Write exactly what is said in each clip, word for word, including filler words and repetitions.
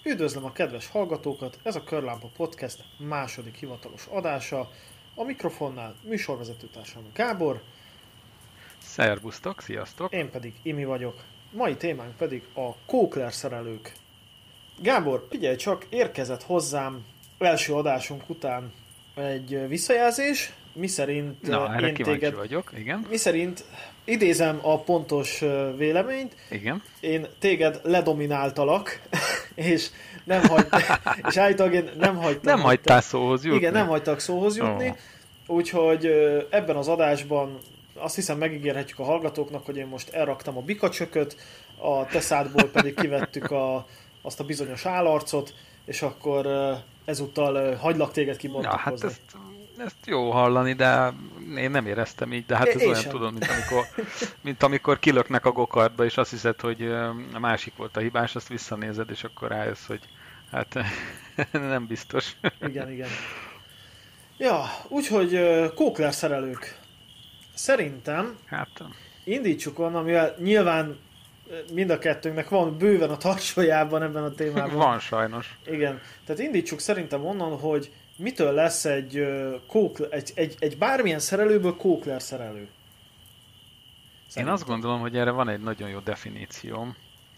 Üdvözlöm a kedves hallgatókat, ez a Körlámpa Podcast második hivatalos adása. A mikrofonnál műsorvezetőtársam Gábor. Szervusztok, sziasztok! Én pedig Imi vagyok. Mai témánk pedig a Kókler szerelők. Gábor, figyelj csak, érkezett hozzám első adásunk után egy visszajelzés, miszerint Na, erre én kíváncsi téged, vagyok, igen. miszerint idézem a pontos véleményt, Igen. én téged ledomináltalak, és nem hagy, és állítólag én nem hagytam. Nem hagytál szóhoz jutni. Igen, nem hagytak szóhoz jutni, oh. Úgyhogy ebben az adásban azt hiszem megígérhetjük a hallgatóknak, hogy én most elraktam a bikacsököt, a te szádból pedig kivettük a, azt a bizonyos állarcot, és akkor ezúttal hagylak téged kibontakozni. Ja, hát ezt, ezt jó hallani, de én nem éreztem így, de hát ez én olyan sem. tudom, mint amikor, mint amikor kilöknek a gokartba, és azt hiszed, hogy a másik volt a hibás, azt visszanézed, és akkor rájössz, hogy hát nem biztos. Igen, igen. Ja, úgyhogy Kókler szerelők. Szerintem Hát, indítsuk onnan, mivel nyilván mind a kettőnknek van bőven a tarsójában ebben a témában. Van sajnos. Igen, tehát indítsuk szerintem onnan, hogy mitől lesz egy, Kókler, egy, egy, egy bármilyen szerelőből Kókler szerelő. Szerintem. Én azt gondolom, hogy erre van egy nagyon jó definícióm.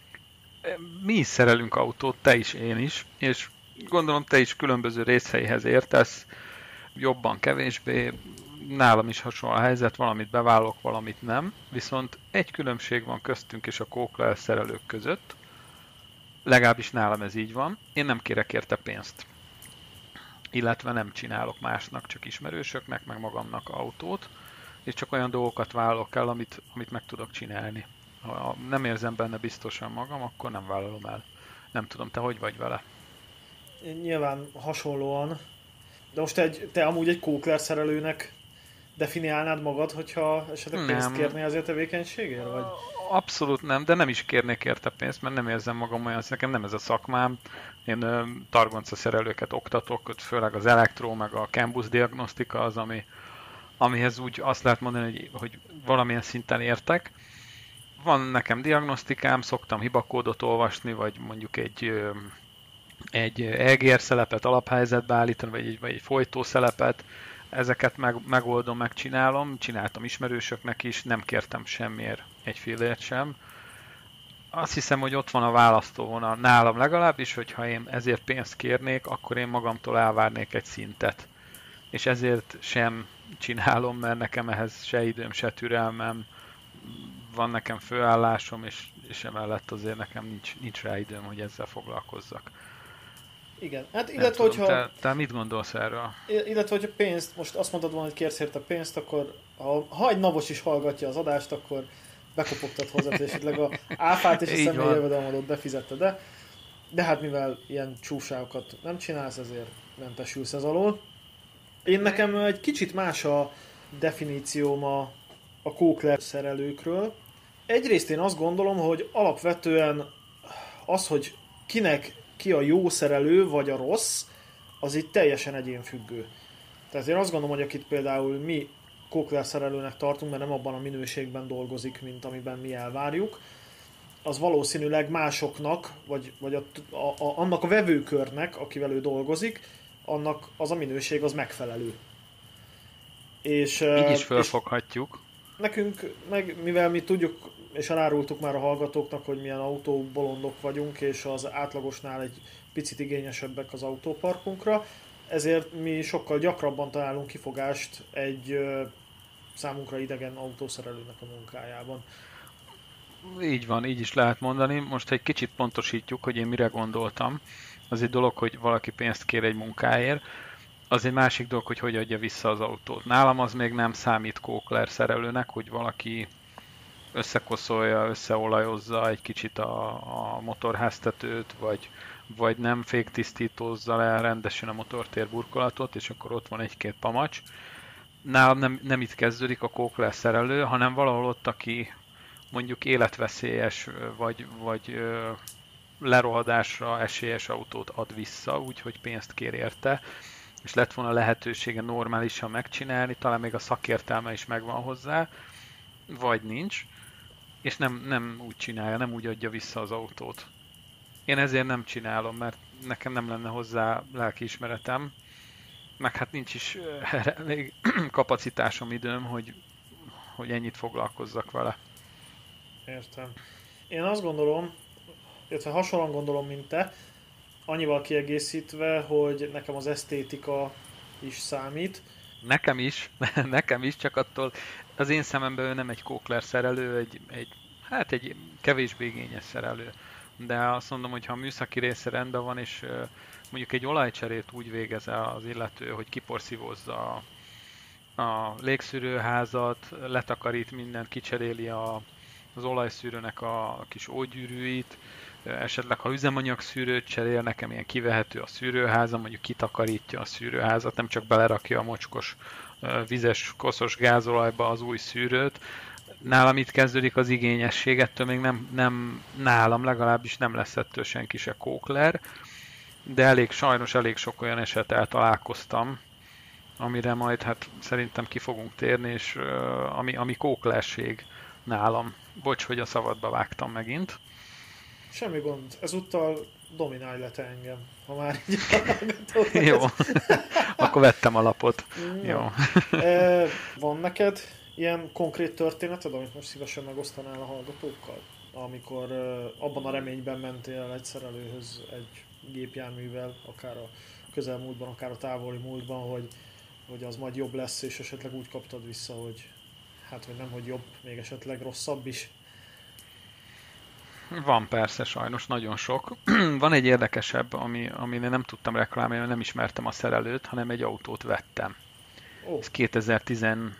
Mi is szerelünk autót, te is, én is, és gondolom te is különböző részeihez értesz, jobban, kevésbé, nálam is hasonló a helyzet, valamit bevállalok, valamit nem, viszont egy különbség van köztünk és a Kókler szerelők között, legalábbis nálam ez így van, én nem kérek érte pénzt, illetve nem csinálok másnak, csak ismerősöknek, meg magamnak autót, és csak olyan dolgokat vállalok el, amit, amit meg tudok csinálni. Ha nem érzem benne biztosan magam, akkor nem vállalom el. Nem tudom, te hogy vagy vele? Én nyilván hasonlóan, de most egy, te amúgy egy Kókler szerelőnek definiálnád magad, hogyha esetleg pénzt kérnél azért a tevékenységért? Vagy? Abszolút nem, de nem is kérnék érte pénzt, mert nem érzem magam olyan, nekem nem ez a szakmám. Én ö, targonca szerelőket oktatok, főleg az elektró, meg a Canbus diagnosztika az, ami, amihez úgy azt lehet mondani, hogy, hogy valamilyen szinten értek. Van nekem diagnosztikám, szoktam hibakódot olvasni, vagy mondjuk egy, ö, egy é gé er szelepet alaphelyzetbe állítani, vagy egy, vagy egy folytószelepet. Ezeket meg, megoldom, megcsinálom, csináltam ismerősöknek is, nem kértem semmiért egy fillért sem. Azt hiszem, hogy ott van a választóvonal nálam legalábbis, hogyha én ezért pénzt kérnék, akkor én magamtól elvárnék egy szintet. És ezért sem csinálom, mert nekem ehhez se időm, se türelmem, van nekem főállásom, és, és emellett azért nekem nincs, nincs rá időm, hogy ezzel foglalkozzak. Igen, hát illetve tudom, hogyha... Te, te mit gondolsz erről? Illetve, hogyha pénzt, most azt mondtad volna, hogy kérsz érte pénzt, akkor ha, ha egy navos is hallgatja az adást, akkor bekopogtad hozzá, és esetleg a áfát és a személyi jövedelmadót befizette, de, de hát mivel ilyen csúságokat nem csinálsz, ezért mentesülsz ez alól. Én nekem egy kicsit más a definícióm a, a Kókler szerelőkről. Egyrészt én azt gondolom, hogy alapvetően az, hogy kinek ki a jó szerelő, vagy a rossz, az itt teljesen egyénfüggő. Tehát én azt gondolom, hogy akit például mi Kókler szerelőnek tartunk, mert nem abban a minőségben dolgozik, mint amiben mi elvárjuk, az valószínűleg másoknak, vagy, vagy a, a, a, annak a vevőkörnek, akivel ő dolgozik, annak az a minőség az megfelelő. És, így is fölfoghatjuk. Nekünk, meg mivel mi tudjuk, és elárultuk már a hallgatóknak, hogy milyen autóbolondok vagyunk, és az átlagosnál egy picit igényesebbek az autóparkunkra, ezért mi sokkal gyakrabban találunk kifogást egy ö, számunkra idegen autószerelőnek a munkájában. Így van, így is lehet mondani. Most egy kicsit pontosítjuk, hogy én mire gondoltam. Az egy dolog, hogy valaki pénzt kér egy munkáért, az egy másik dolog, hogy hogy adja vissza az autót. Nálam az még nem számít Kókler szerelőnek, hogy valaki összekoszolja, összeolajozza egy kicsit a, a motorháztetőt, vagy, vagy nem féktisztítózza le rendesen a motortér burkolatot, és akkor ott van egy-két pamacs. Nálam nem, nem itt kezdődik a Kókler szerelő, hanem valahol ott, aki mondjuk életveszélyes, vagy, vagy ö, lerohadásra esélyes autót ad vissza, úgyhogy pénzt kér érte, és lett volna lehetősége normálisan megcsinálni, talán még a szakértelme is megvan hozzá, vagy nincs, és nem, nem úgy csinálja, nem úgy adja vissza az autót. Én ezért nem csinálom, mert nekem nem lenne hozzá lelkiismeretem, meg hát nincs is erre elég kapacitásom, időm, hogy, hogy ennyit foglalkozzak vele. Értem. Én azt gondolom, illetve hasonlóan gondolom, mint te, annyival kiegészítve, hogy nekem az esztétika is számít. Nekem is, nekem is, csak attól az én szememben ő nem egy Kókler szerelő, egy, egy, hát egy kevésbé igényes szerelő. De azt mondom, hogy ha a műszaki része rendben van, és mondjuk egy olajcserét úgy végez el az illető, hogy kiporszívózza a, a légszűrőházat, letakarít mindent, kicseréli a, az olajszűrőnek a kis ógyűrűit, esetleg ha üzemanyagszűrőt cserél, nekem ilyen kivehető a szűrőháza, mondjuk kitakarítja a szűrőházat, nem csak belerakja a mocskos vizes, koszos gázolajba az új szűrőt. Nálam itt kezdődik az igényesség, ettől még nem, nem nálam legalábbis nem lesz ettől senki se Kókler, de elég, sajnos elég sok olyan esettel találkoztam, amire majd hát szerintem ki fogunk térni, és uh, ami, ami Kóklerség nálam. Bocs, hogy a szabadba vágtam megint. Semmi gond. Ezúttal dominálj le te engem, ha már így Jó. Akkor vettem a lapot. Jó. Jó. E, van neked ilyen konkrét történeted, amit most szívesen megosztanál a hallgatókkal? Amikor uh, abban a reményben mentél egy szerelőhöz egy gépjárművel, akár a közelmúltban, akár a távoli múltban, hogy, hogy az majd jobb lesz, és esetleg úgy kaptad vissza, hogy hát, hogy nem, hogy jobb, még esetleg rosszabb is. Van persze, sajnos nagyon sok. Van egy érdekesebb, ami, amin nem tudtam reklámolni, mert nem ismertem a szerelőt, hanem egy autót vettem. Oh. Ez kétezer-tizenhétben,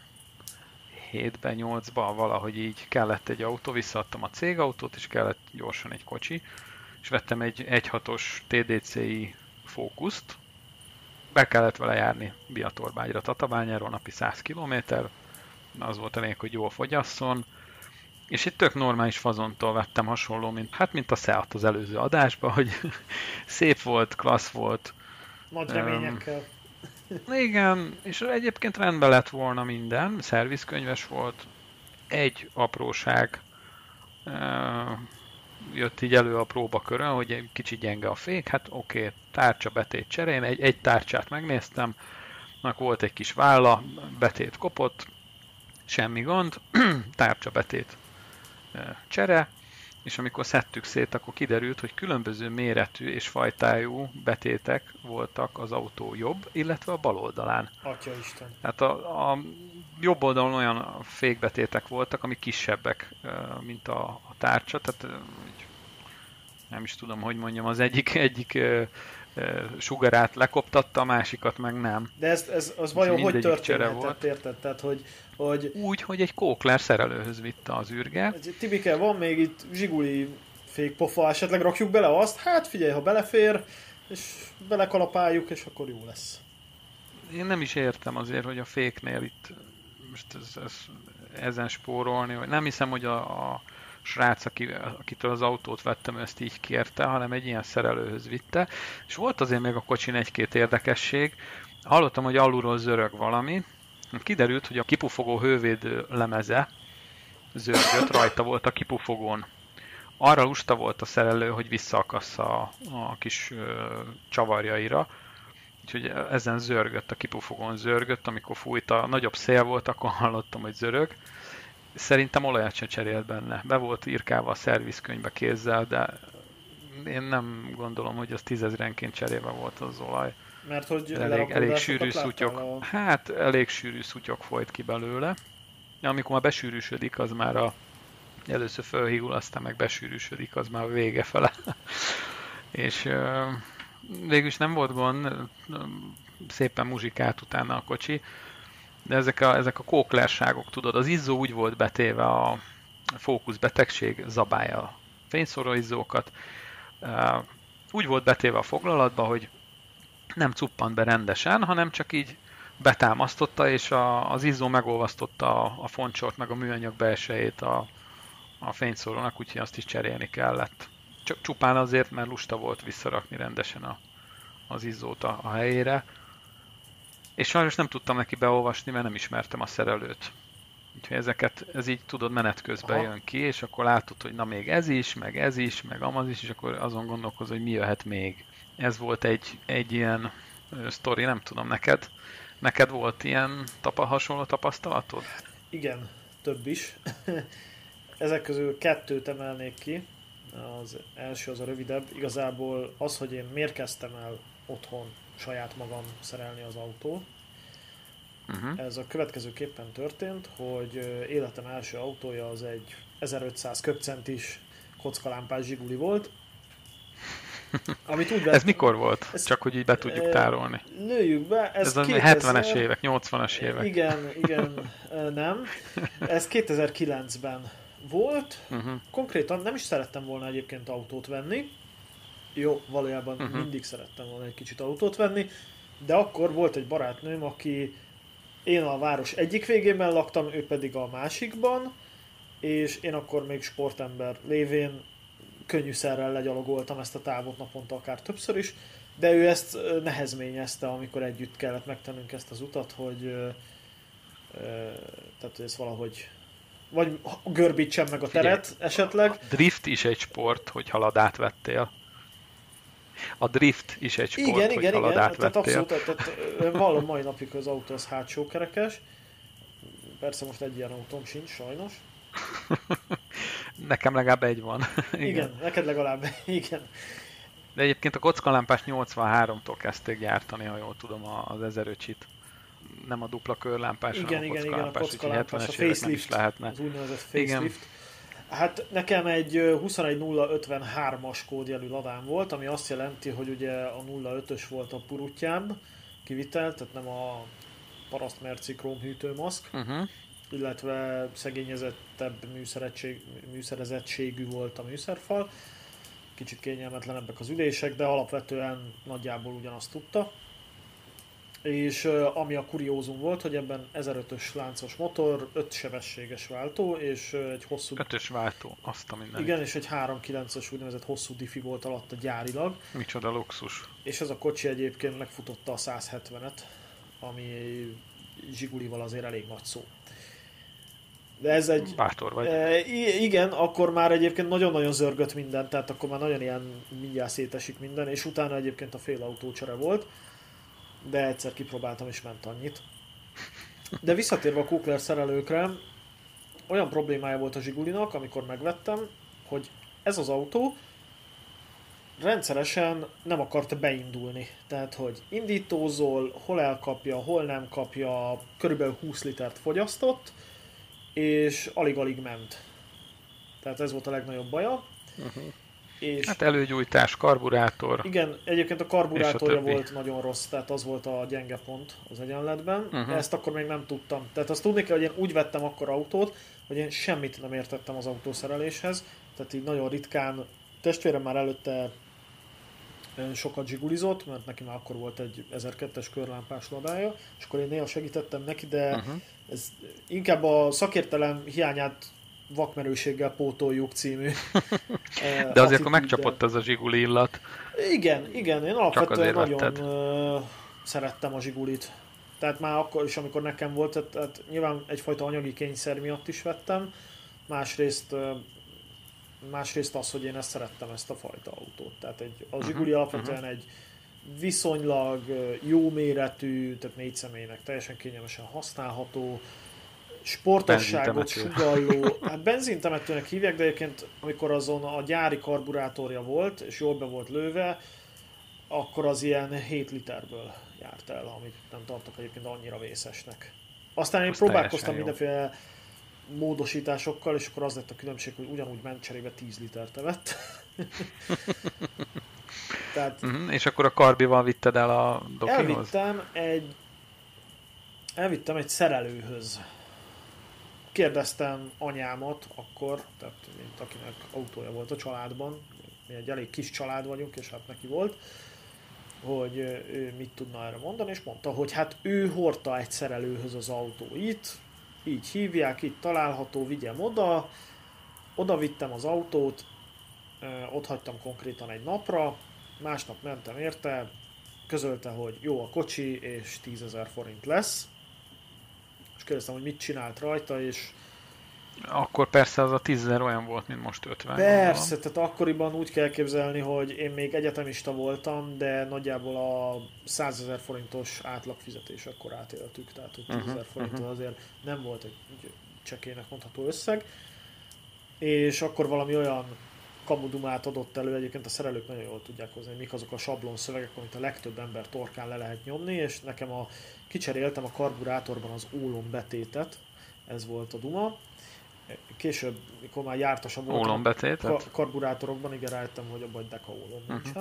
nyolcban valahogy így kellett egy autó, visszaadtam a cégautót, és kellett gyorsan egy kocsi, és vettem egy egy point hatos té dé cé i Focust. Be kellett vele járni Biatorbágyra, Tatabányáról napi száz kilométer, az volt elég, hogy jól fogyasszon. És egy tök normális fazontól vettem, hasonló, mint, hát mint a Seat az előző adásban, hogy szép volt, klassz volt. Nagy reményekkel. Um, igen, és egyébként rendben lett volna minden, szervizkönyves volt. Egy apróság uh, jött így elő a próbakörön, hogy egy kicsit gyenge a fék, hát oké, okay, tárcsa, betét cserélni, egy, egy tárcsát megnéztem, meg volt egy kis válla, betét kopott, semmi gond, tárcsa, betét csere, és amikor szedtük szét, akkor kiderült, hogy különböző méretű és fajtájú betétek voltak az autó jobb, illetve a bal oldalán. Atyaisten. Tehát a, a jobb oldalon olyan fékbetétek voltak, ami kisebbek, mint a, a tárcsa, tehát nem is tudom, hogy mondjam, az egyik, egyik sugarát lekoptatta, a másikat meg nem. De ez, ez az vajon hogy történhetett, érted? Tehát, hogy, hogy... Úgy, hogy egy Kókler szerelőhöz vitte az űrge. Tibike, van még itt zsiguli fékpofa, esetleg rakjuk bele azt? Hát figyelj, ha belefér, és belekalapáljuk, és akkor jó lesz. Én nem is értem azért, hogy a féknél itt most ez, ez, ezen spórolni, vagy nem hiszem, hogy a, a srác, aki, akitől az autót vettem, ezt így kérte, hanem egy ilyen szerelőhöz vitte. És volt azért még a kocsin egy-két érdekesség. Hallottam, hogy alulról zörög valami. Kiderült, hogy a kipufogó hővédő lemeze zörgött, rajta volt a kipufogón. Arra lusta volt a szerelő, hogy visszaakassza a, a kis ö, csavarjaira. Úgyhogy ezen zörgött, a kipufogón zörgött, amikor fújt, a nagyobb szél volt, akkor hallottam, hogy zörög. Szerintem olajat se cserélt benne. Be volt írkálva a szervizkönyvbe kézzel, de én nem gondolom, hogy az tízezrenként cserélve volt az olaj. Mert hogy elég, elég sűrű szutyok. A... Hát elég sűrű szutyok folyt ki belőle. Amikor már besűrűsödik, az már a... először fölhígul, aztán meg besűrűsödik, az már a vége fele. És uh, végülis nem volt gond, szépen muzsikált utána a kocsi. De ezek a, ezek a kóklerságok, tudod, az izzó úgy volt betéve, a fókusz betegség zabálja a fényszóró izzókat. Uh, úgy volt betéve a foglalatba, hogy nem cuppant be rendesen, hanem csak így betámasztotta, és a, az izzó megolvasztotta a, a foncsort, meg a műanyag belsejét a, a fényszórónak, úgyhogy azt is cserélni kellett. Csak csupán azért, mert lusta volt visszarakni rendesen a, az izzót a, a helyére. És sajnos nem tudtam neki beolvasni, mert nem ismertem a szerelőt. Úgyhogy ezeket, ez így tudod menet közben Aha. jön ki, és akkor látod, hogy na még ez is, meg ez is, meg amaz is, és akkor azon gondolkozol, hogy mi jöhet még. Ez volt egy, egy ilyen sztori, nem tudom, neked, neked volt ilyen tapa, hasonló tapasztalatod? Igen, több is. Ezek közül kettőt emelnék ki. Az első az a rövidebb. Igazából az, hogy én miért kezdtem el otthon saját magam szerelni az autót. Uh-huh. Ez a következőképpen történt, hogy életem első autója az egy ezerötszáz köbcentis kockalámpás Zsiguli volt. Amit úgy vett, ez mikor volt? Ez, Csak hogy így be tudjuk tárolni. Lőjük be. Ez, ez a kétezer... hetvenes évek, nyolcvanas évek. Igen, igen, nem. Ez kétezer-kilencben volt. Uh-huh. Konkrétan nem is szerettem volna egyébként autót venni. Jó, valójában uh-huh. mindig szerettem volna egy kicsit autót venni. De akkor volt egy barátnőm, aki én a város egyik végében laktam, ő pedig a másikban, és én akkor még sportember lévén könnyűszerrel legyalogoltam ezt a távot naponta akár többször is, de ő ezt nehezményezte, amikor együtt kellett megtennünk ezt az utat, hogy ö, ö, tehát ez valahogy vagy görbítsem meg a teret Figyelj, esetleg. A drift is egy sport, hogy haladát vettél. A drift is egy sport, igen, hogy igen, haladát igen. vettél. Tehát abszolút, tehát vallom mai napig az autó az hátsókerekes. Persze most egy ilyen autóm sincs, sajnos. Nekem legalább egy van. igen. igen, neked legalább, igen. De egyébként a kockalámpás nyolcvanháromtól kezdték gyártani, ha jól tudom, az ezeröcsit. Nem a dupla körlámpás, igen, hanem igen, a kockalámpás, igen, a kockalámpás, a facelift, lehetne. Az úgynevezett facelift. Igen. Hát nekem egy huszonegy nulla ötvenhármas kódjelű ladám volt, ami azt jelenti, hogy ugye a nulla ötös volt a puruttyább kivitel, tehát nem a parasztmerci krómhűtőmaszk, uh-huh. illetve szegényezettebb műszerezettségű volt a műszerfal. Kicsit kényelmetlenebbek az ülések, de alapvetően nagyjából ugyanazt tudta. És uh, ami a kuriózum volt, hogy ebben ezerötös láncos motor, öt sebességes váltó, és uh, egy hosszú... ötös váltó, azt a minden. Igen, és egy három kilences úgynevezett hosszú diffi volt alatt a gyárilag. Micsoda luxus. És ez a kocsi egyébként megfutotta a száz hetvenet, ami Zsigulival azért elég nagy szó. De ez egy... Bátor vagy. E, igen, akkor már egyébként nagyon-nagyon zörgött minden, tehát akkor már nagyon ilyen mindjárt szétesik minden, és utána egyébként a fél autócsere volt. De egyszer kipróbáltam és ment annyit. De visszatérve a Kukler szerelőkre, olyan problémája volt a Zsigulinak, amikor megvettem, hogy ez az autó rendszeresen nem akart beindulni. Tehát, hogy indítózol, hol elkapja, hol nem kapja, körülbelül húsz litert fogyasztott, és alig-alig ment. Tehát ez volt a legnagyobb baja. Uh-huh. És hát előgyújtás, karburátor. Igen, egyébként a karburátorja volt nagyon rossz, tehát az volt a gyenge pont az egyenletben. Uh-huh. Ezt akkor még nem tudtam. Tehát azt tudni kell, hogy én úgy vettem akkor autót, hogy én semmit nem értettem az autószereléshez. Tehát így nagyon ritkán, testvérem már előtte sokat zsigulizott, mert neki már akkor volt egy ezerkettes körlámpás ladája, és akkor én néha segítettem neki, de uh-huh. ez inkább a szakértelem hiányát vakmerőséggel pótoljuk című. De azért akkor megcsapott ez a Zsiguli illat. Igen, igen, én alapvetően nagyon vetted. Szerettem a Zsigulit. Tehát már akkor is, amikor nekem volt, tehát, tehát nyilván egyfajta anyagi kényszer miatt is vettem, másrészt, másrészt az, hogy én ezt szerettem, ezt a fajta autót. Tehát egy, a Zsiguli uh-huh, alapvetően uh-huh. egy viszonylag jó méretű, tehát négy személynek teljesen kényelmesen használható, sportosságot sugalló, hát benzintemetőnek hívják, de egyébként amikor azon a gyári karburátorja volt, és jól be volt lőve, akkor az ilyen hét literből járt el, amit nem tartok egyébként annyira vészesnek. Aztán én Azt próbálkoztam mindenféle módosításokkal, és akkor az lett a különbség, hogy ugyanúgy ment cserébe tíz litert evett. Tehát, uh-huh, és akkor a karbival vitted el a dokihoz? Elvittem egy elvittem egy szerelőhöz. Kérdeztem anyámat akkor, tehát mint akinek autója volt a családban, mi egy elég kis család vagyunk, és hát neki volt, hogy ő mit tudna erre mondani, és mondta, hogy hát ő hordta egy szerelőhöz az autóit, így hívják, itt található, vigyem oda, oda vittem az autót, ott hagytam konkrétan egy napra, másnap mentem érte, közölte, hogy jó a kocsi, és tízezer forint lesz. és kérdeztem, hogy mit csinált rajta, és akkor persze az a tízezer olyan volt, mint most ötven. Persze, gondolom. tehát akkoriban úgy kell képzelni, hogy én még egyetemista voltam, de nagyjából a százezer forintos átlagfizetés akkor átéltük, tehát hogy tízezer Uh-huh, forint uh-huh. azért nem volt egy csekélynek mondható összeg, és akkor valami olyan kamudumát adott elő, egyébként a szerelők nagyon jól tudják hozni, mik azok a sablon szövegek, amit a legtöbb ember torkán le lehet nyomni, és nekem a kicseréltem a karburátorban az ólom betétet, ez volt a duma. Később, mikor már jártasabb voltam Ólombetétet? a karburátorokban, igen, rájöttem, hogy abban egy deka ólom nincsen.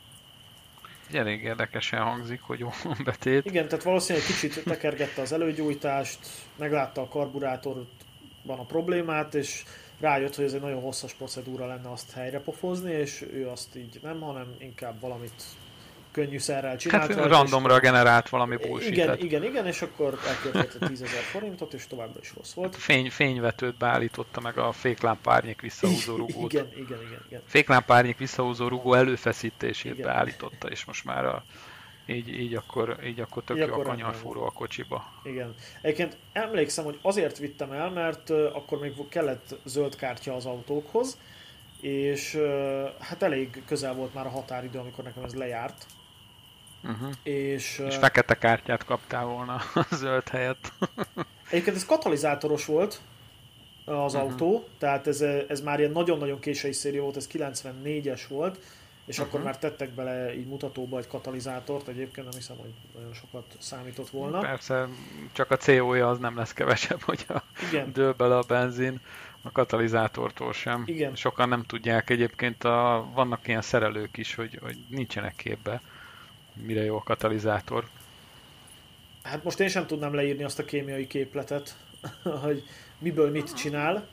Uh-huh. Elég érdekesen hangzik, hogy ólombetét. Igen, tehát valószínűleg kicsit tekergette az előgyújtást, meglátta a karburátorban a problémát, és rájött, hogy ez egy nagyon hosszas procedúra lenne azt helyre pofozni, és ő azt így nem, hanem inkább valamit könnyűszerrel csinált. Hát randomra generált valami bullshit. Igen, igen, igen, és akkor elköltette tízezer forintot, és továbbra is rossz volt. Fény, fényvetőt beállította meg a féklámpa árnyék visszahúzó rugót. Igen, igen, igen, igen. Féklámpa árnyék visszahúzó rugó előfeszítését Igen. beállította, és most már a, így, így, akkor, így akkor tök Így jó akkor a kanyarfúró a kocsiba. Igen. Egyébként emlékszem, hogy azért vittem el, mert uh, akkor még kellett zöld kártya az autókhoz, és uh, hát elég közel volt már a határidő, amikor nekem ez lejárt. Uh-huh. És, uh, és fekete kártyát kaptál volna a zöld helyett. Egyébként ez katalizátoros volt az uh-huh. autó, tehát ez, ez már ilyen nagyon-nagyon késői széria volt, ez kilencvennégyes volt, és uh-huh. akkor már tettek bele így mutatóba egy katalizátort, egyébként nem hiszem, hogy nagyon sokat számított volna. Persze, csak a cé o-ja az nem lesz kevesebb, hogyha Igen. dől bele a benzin, a katalizátortól sem. Igen. Sokan nem tudják egyébként, a, vannak ilyen szerelők is, hogy, hogy nincsenek képbe, mire jó a katalizátor. Hát most én sem tudnám leírni azt a kémiai képletet, hogy miből mit csinál.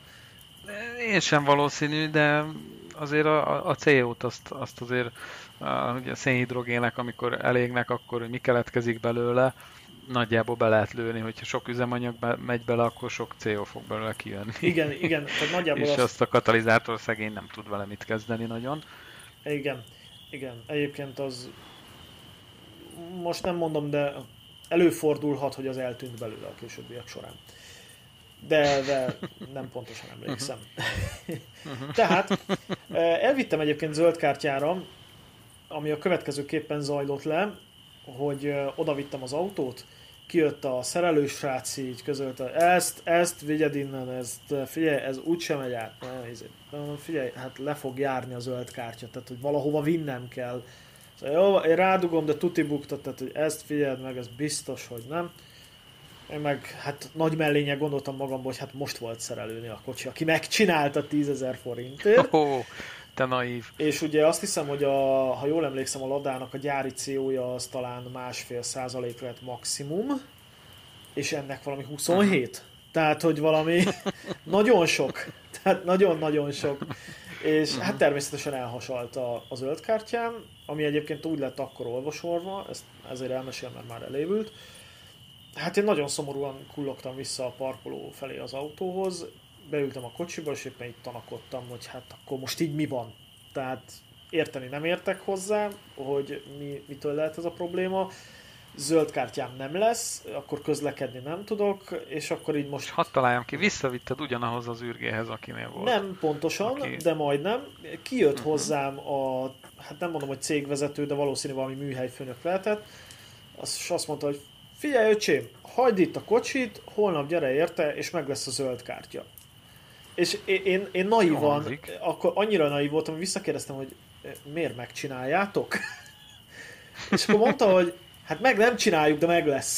Én sem valószínű, de azért a, a cé o-t azt, azt azért a, ugye a szénhidrogének, amikor elégnek, akkor mi keletkezik belőle, nagyjából be lehet lőni, hogyha sok üzemanyag be, megy bele, akkor sok cé o fog belőle kijönni. Igen, igen. Tehát nagyjából és azt... azt a katalizátor szegény nem tud vele mit kezdeni nagyon. Igen, igen. Egyébként az most nem mondom, de előfordulhat, hogy az eltűnt belőle a későbbiek során. De, de nem pontosan emlékszem. Uh-huh. Tehát elvittem egyébként zöld kártyára, ami a következőképpen zajlott le, hogy oda vittem az autót, kijött a szerelősrác, így közölte, ezt, ezt vigyed innen, ezt, figyelj, ez úgysem megy át. Ne, figyelj, hát le fog járni a zöld kártya, tehát hogy valahova vinnem kell. Szóval jó, én rádugom, de tuti buktat, tehát hogy ezt figyeld meg, ez biztos, hogy nem. Én meg hát nagy mellénye gondoltam magamból, hogy hát most volt szerelőni a kocsi, aki megcsinálta tízezer forintért. Oh, te naív. És ugye azt hiszem, hogy a, ha jól emlékszem, a Ladának a gyári cé o-ja az talán másfél százalék lett maximum, és ennek valami huszonhét. Uh-huh. Tehát, hogy valami nagyon sok. Tehát nagyon-nagyon sok. És uh-huh. hát természetesen elhasalt a, a zöld kártyám, ami egyébként úgy lett akkor olvasolva, ezt ezért elmesél, mert már elévült. Hát én nagyon szomorúan kullogtam vissza a parkoló felé az autóhoz, beültem a kocsiba, és éppen itt tanakodtam, hogy hát akkor most így mi van. Tehát érteni nem értek hozzá, hogy mi, mitől lehet ez a probléma. Zöld kártyám nem lesz, akkor közlekedni nem tudok, és akkor így most... Hadd találjam ki, visszavitted ugyanahoz az űrgéhez, akinél volt. Nem pontosan, Aki... de majdnem. Kijött uh-huh. hozzám a, hát nem mondom, hogy cégvezető, de valószínű valami műhelyfőnök lehetett, és azt mondta, hogy figyelj öcsém, hagyd itt a kocsit, holnap gyere érte, és meg lesz a zöld kártya. És én, én, én naivan, akkor annyira naiv voltam, hogy visszakérdeztem, hogy miért megcsináljátok? És akkor mondta, hogy hát meg nem csináljuk, de meg lesz.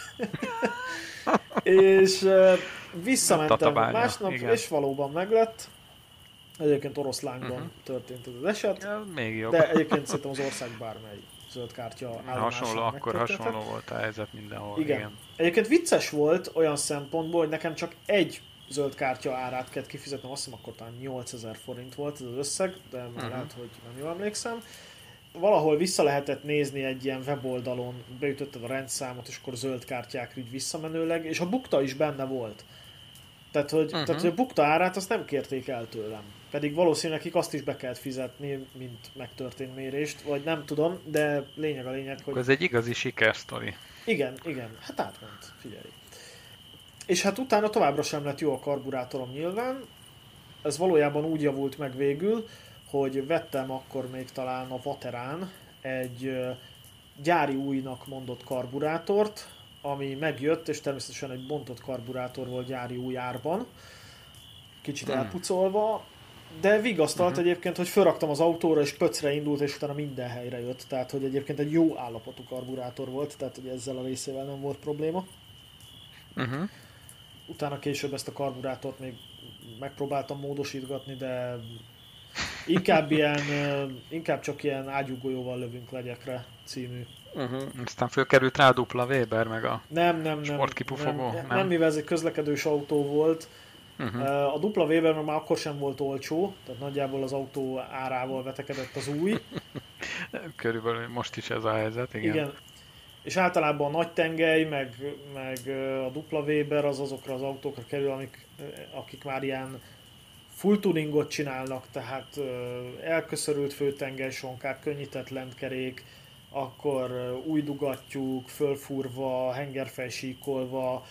És uh, visszamentem másnap, igen. És valóban meglett. Egyébként Oroszlánban uh-huh. történt ez az eset. Ja, még jobb. De egyébként szerintem az ország bármely zöld kártya hasonló, akkor hasonló volt a helyzet mindenhol. Igen. igen. Egyébként vicces volt olyan szempontból, hogy nekem csak egy zöld kártya árát kellett kifizetnem, azt hiszem akkor talán nyolcezer forint volt ez az összeg, de már uh-huh. lehet, hogy nem jól emlékszem. Valahol vissza lehetett nézni egy ilyen weboldalon, beütötted a rendszámot, és akkor zöld kártyák így visszamenőleg, és a bukta is benne volt. Tehát, hogy, uh-huh. tehát, hogy a bukta árát azt nem kérték el tőlem. Pedig valószínűleg nekik azt is be kellett fizetni, mint megtörtént mérést, vagy nem tudom, de lényeg a lényeg, hogy... Ez egy igazi sikersztori. Igen, igen, hát átment, figyelj. És hát utána továbbra sem lett jó a karburátorom nyilván. Ez valójában úgy javult meg végül, hogy vettem akkor még talán a Vaterán egy gyári újnak mondott karburátort, ami megjött, és természetesen egy bontott karburátor volt gyári új árban, kicsit hmm. elpucolva, de vigasztalt uh-huh. egyébként, hogy felraktam az autóra, és pöcre indult, és utána minden helyre jött, tehát hogy egyébként egy jó állapotú karburátor volt, tehát hogy ezzel a részével nem volt probléma. Uh-huh. Utána később ezt a karburátort még megpróbáltam módosítgatni, de inkább, ilyen, inkább csak ilyen ágyúgolyóval lövünk legyekre című. Uh-huh. Aztán fölkerült rá a dupla Weber, meg a nem, nem, nem, sportkipufogó? Nem, nem, nem, mivel ez egy közlekedős autó volt. Uh-huh. A dupla Weber már akkor sem volt olcsó, tehát nagyjából az autó árával vetekedett az új. Körülbelül most is ez a helyzet, igen. Igen. És általában a nagy tengely, meg, meg a dupla Weber az azokra az autókra kerül, amik, akik már ilyen full tuningot csinálnak, tehát elköszörült főtengely sonkák, könnyített lentkerék, akkor új dugattyúk, fölfúrva, hengerfejsíkolva,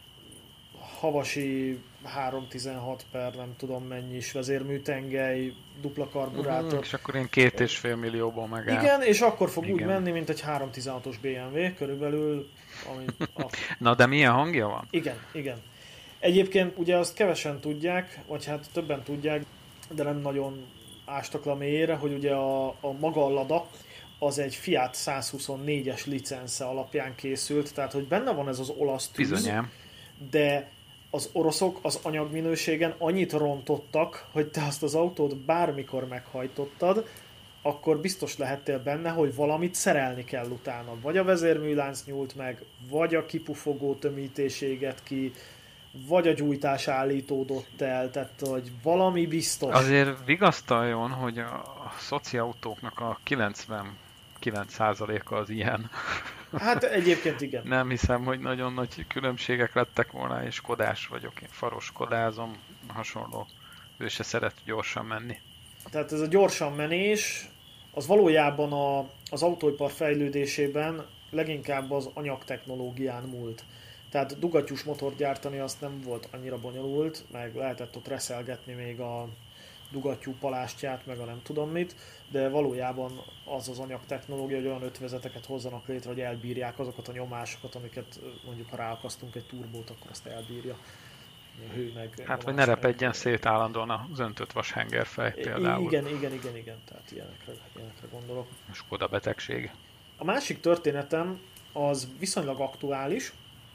havasi háromszáztizenhat per nem tudom mennyi is vezérműtengely, dupla karburátor. Uh-huh, és akkor én két és fél millióból megáll. Igen, és akkor fog Igen. úgy menni, mint egy háromszáztizenhatos bé em vé körülbelül. Ami a... Na, de milyen hangja van? Igen, igen. Egyébként ugye azt kevesen tudják, vagy hát többen tudják, de nem nagyon ástak le a mélyére, hogy ugye a, a maga a Lada az egy Fiat százhuszonnégyes licence alapján készült, tehát hogy benne van ez az olasz tűz, Bizonyám. De az oroszok az anyagminőségen annyit rontottak, hogy te azt az autót bármikor meghajtottad, akkor biztos lehettél benne, hogy valamit szerelni kell utána. Vagy a vezérműlánc nyúlt meg, vagy a kipufogó tömítés égett ki, vagy a gyújtás állítódott el, tehát hogy valami biztos. Azért vigasztaljon, hogy a szociautóknak a kilencvenkilenc százaléka az ilyen. Hát egyébként igen. Nem hiszem, hogy nagyon nagy különbségek lettek volna, és kodás vagyok, én faros kodázom, hasonló. Ő se szeret gyorsan menni. Tehát ez a gyorsan menés, az valójában a, az autóipar fejlődésében leginkább az anyagtechnológián múlt. Tehát dugattyús motort gyártani azt nem volt annyira bonyolult, meg lehetett ott reszelgetni még a dugattyú palástját, meg a nem tudom mit, de valójában az az anyagtechnológia, hogy olyan ötvezeteket hozzanak létre, hogy elbírják azokat a nyomásokat, amiket mondjuk ha ráakasztunk egy turbót, akkor azt elbírja. A hő meg hát, hogy ne repedjen szét állandóan az öntött vashengerfej például. Igen, igen, igen, igen, tehát ilyenekre, ilyenekre gondolok. Skoda betegség. A másik történetem az viszonylag aktuális,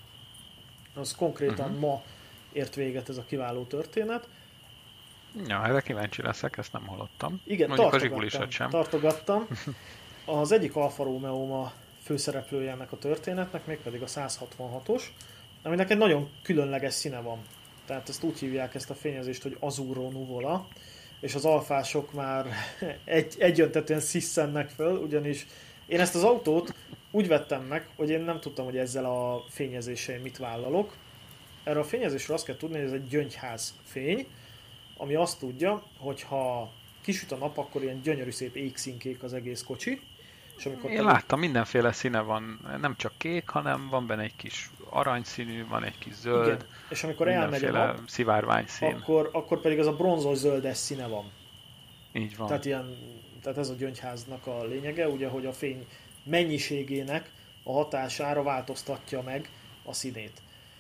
az konkrétan uh-huh. ma ért véget ez a kiváló történet. Ja, erre kíváncsi leszek, ezt nem hallottam. Igen, mondjuk a tartogattam, sem. tartogattam. Az egyik Alfa Romeo a főszereplője ennek a történetnek, mégpedig a száz hatvanhatos, aminek egy nagyon különleges színe van. Tehát ezt úgy hívják ezt a fényezést, hogy Azzurro Nuvola, és az alfások már egy, egyöntetően sziszennek föl, ugyanis én ezt az autót úgy vettem meg, hogy én nem tudtam, hogy ezzel a fényezéssel mit vállalok. Erre a fényezésről azt kell tudni, hogy ez egy gyöngyház fény, ami azt tudja, hogy ha kisüt a nap, akkor ilyen gyönyörű szép égszínkék az egész kocsi. És amikor én láttam, mindenféle színe van, nem csak kék, hanem van benne egy kis aranyszínű, van egy kis zöld, igen. És amikor elmegy a nap, szivárványszín. Akkor, akkor pedig az a bronzos zöldes színe van. Így van. Tehát, ilyen, tehát ez a gyöngyháznak a lényege, ugye, hogy a fény mennyiségének a hatására változtatja meg a színét.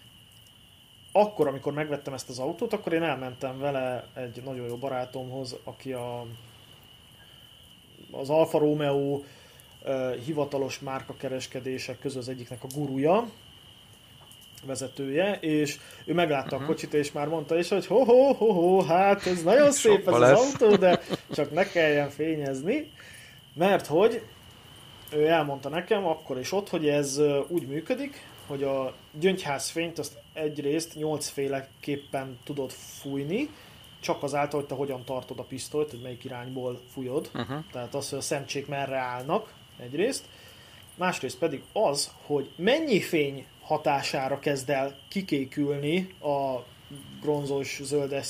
Akkor, amikor megvettem ezt az autót, akkor én elmentem vele egy nagyon jó barátomhoz, aki a, az Alfa Romeo uh, hivatalos márkakereskedések közül az egyiknek a guruja, vezetője, és ő meglátta uh-huh. a kocsit, és már mondta is, hogy ho-ho-ho-ho, hát ez nagyon szép ez lesz. Az autó, de csak ne kelljen fényezni, mert hogy ő elmondta nekem akkor és ott, hogy ez úgy működik, hogy a gyöngyházfényt azt egyrészt nyolcféleképpen tudod fújni, csak azáltal, hogy te hogyan tartod a pisztolyt, hogy melyik irányból fújod, uh-huh. tehát az, hogy a szemcsék merre állnak egyrészt, másrészt pedig az, hogy mennyi fény hatására kezd el kikékülni a bronzos zöldes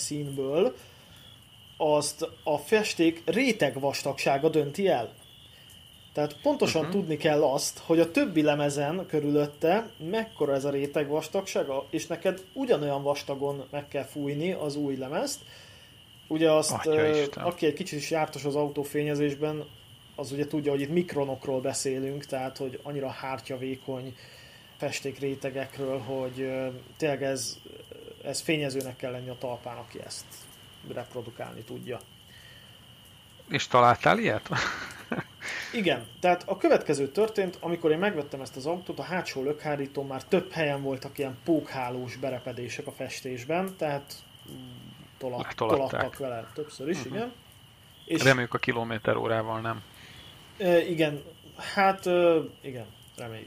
Tehát pontosan uh-huh. tudni kell azt, hogy a többi lemezen körülötte mekkora ez a réteg vastagsága, és neked ugyanolyan vastagon meg kell fújni az új lemezt. Ugye azt, uh, aki egy kicsit is jártas az autófényezésben, az ugye tudja, hogy itt mikronokról beszélünk, tehát hogy annyira hártyavékony festékrétegekről, hogy uh, tényleg ez, ez fényezőnek kell lenni a talpán, aki ezt reprodukálni tudja. És találtál ilyet? Igen, tehát a következő történt, amikor én megvettem ezt az autót, a hátsó lökhárítón már több helyen voltak ilyen pókhálós berepedések a festésben, tehát tolat, tolattak vele többször is, uh-huh. igen. És reméljük a kilométer órával nem. E, igen, hát e, igen, reméljük.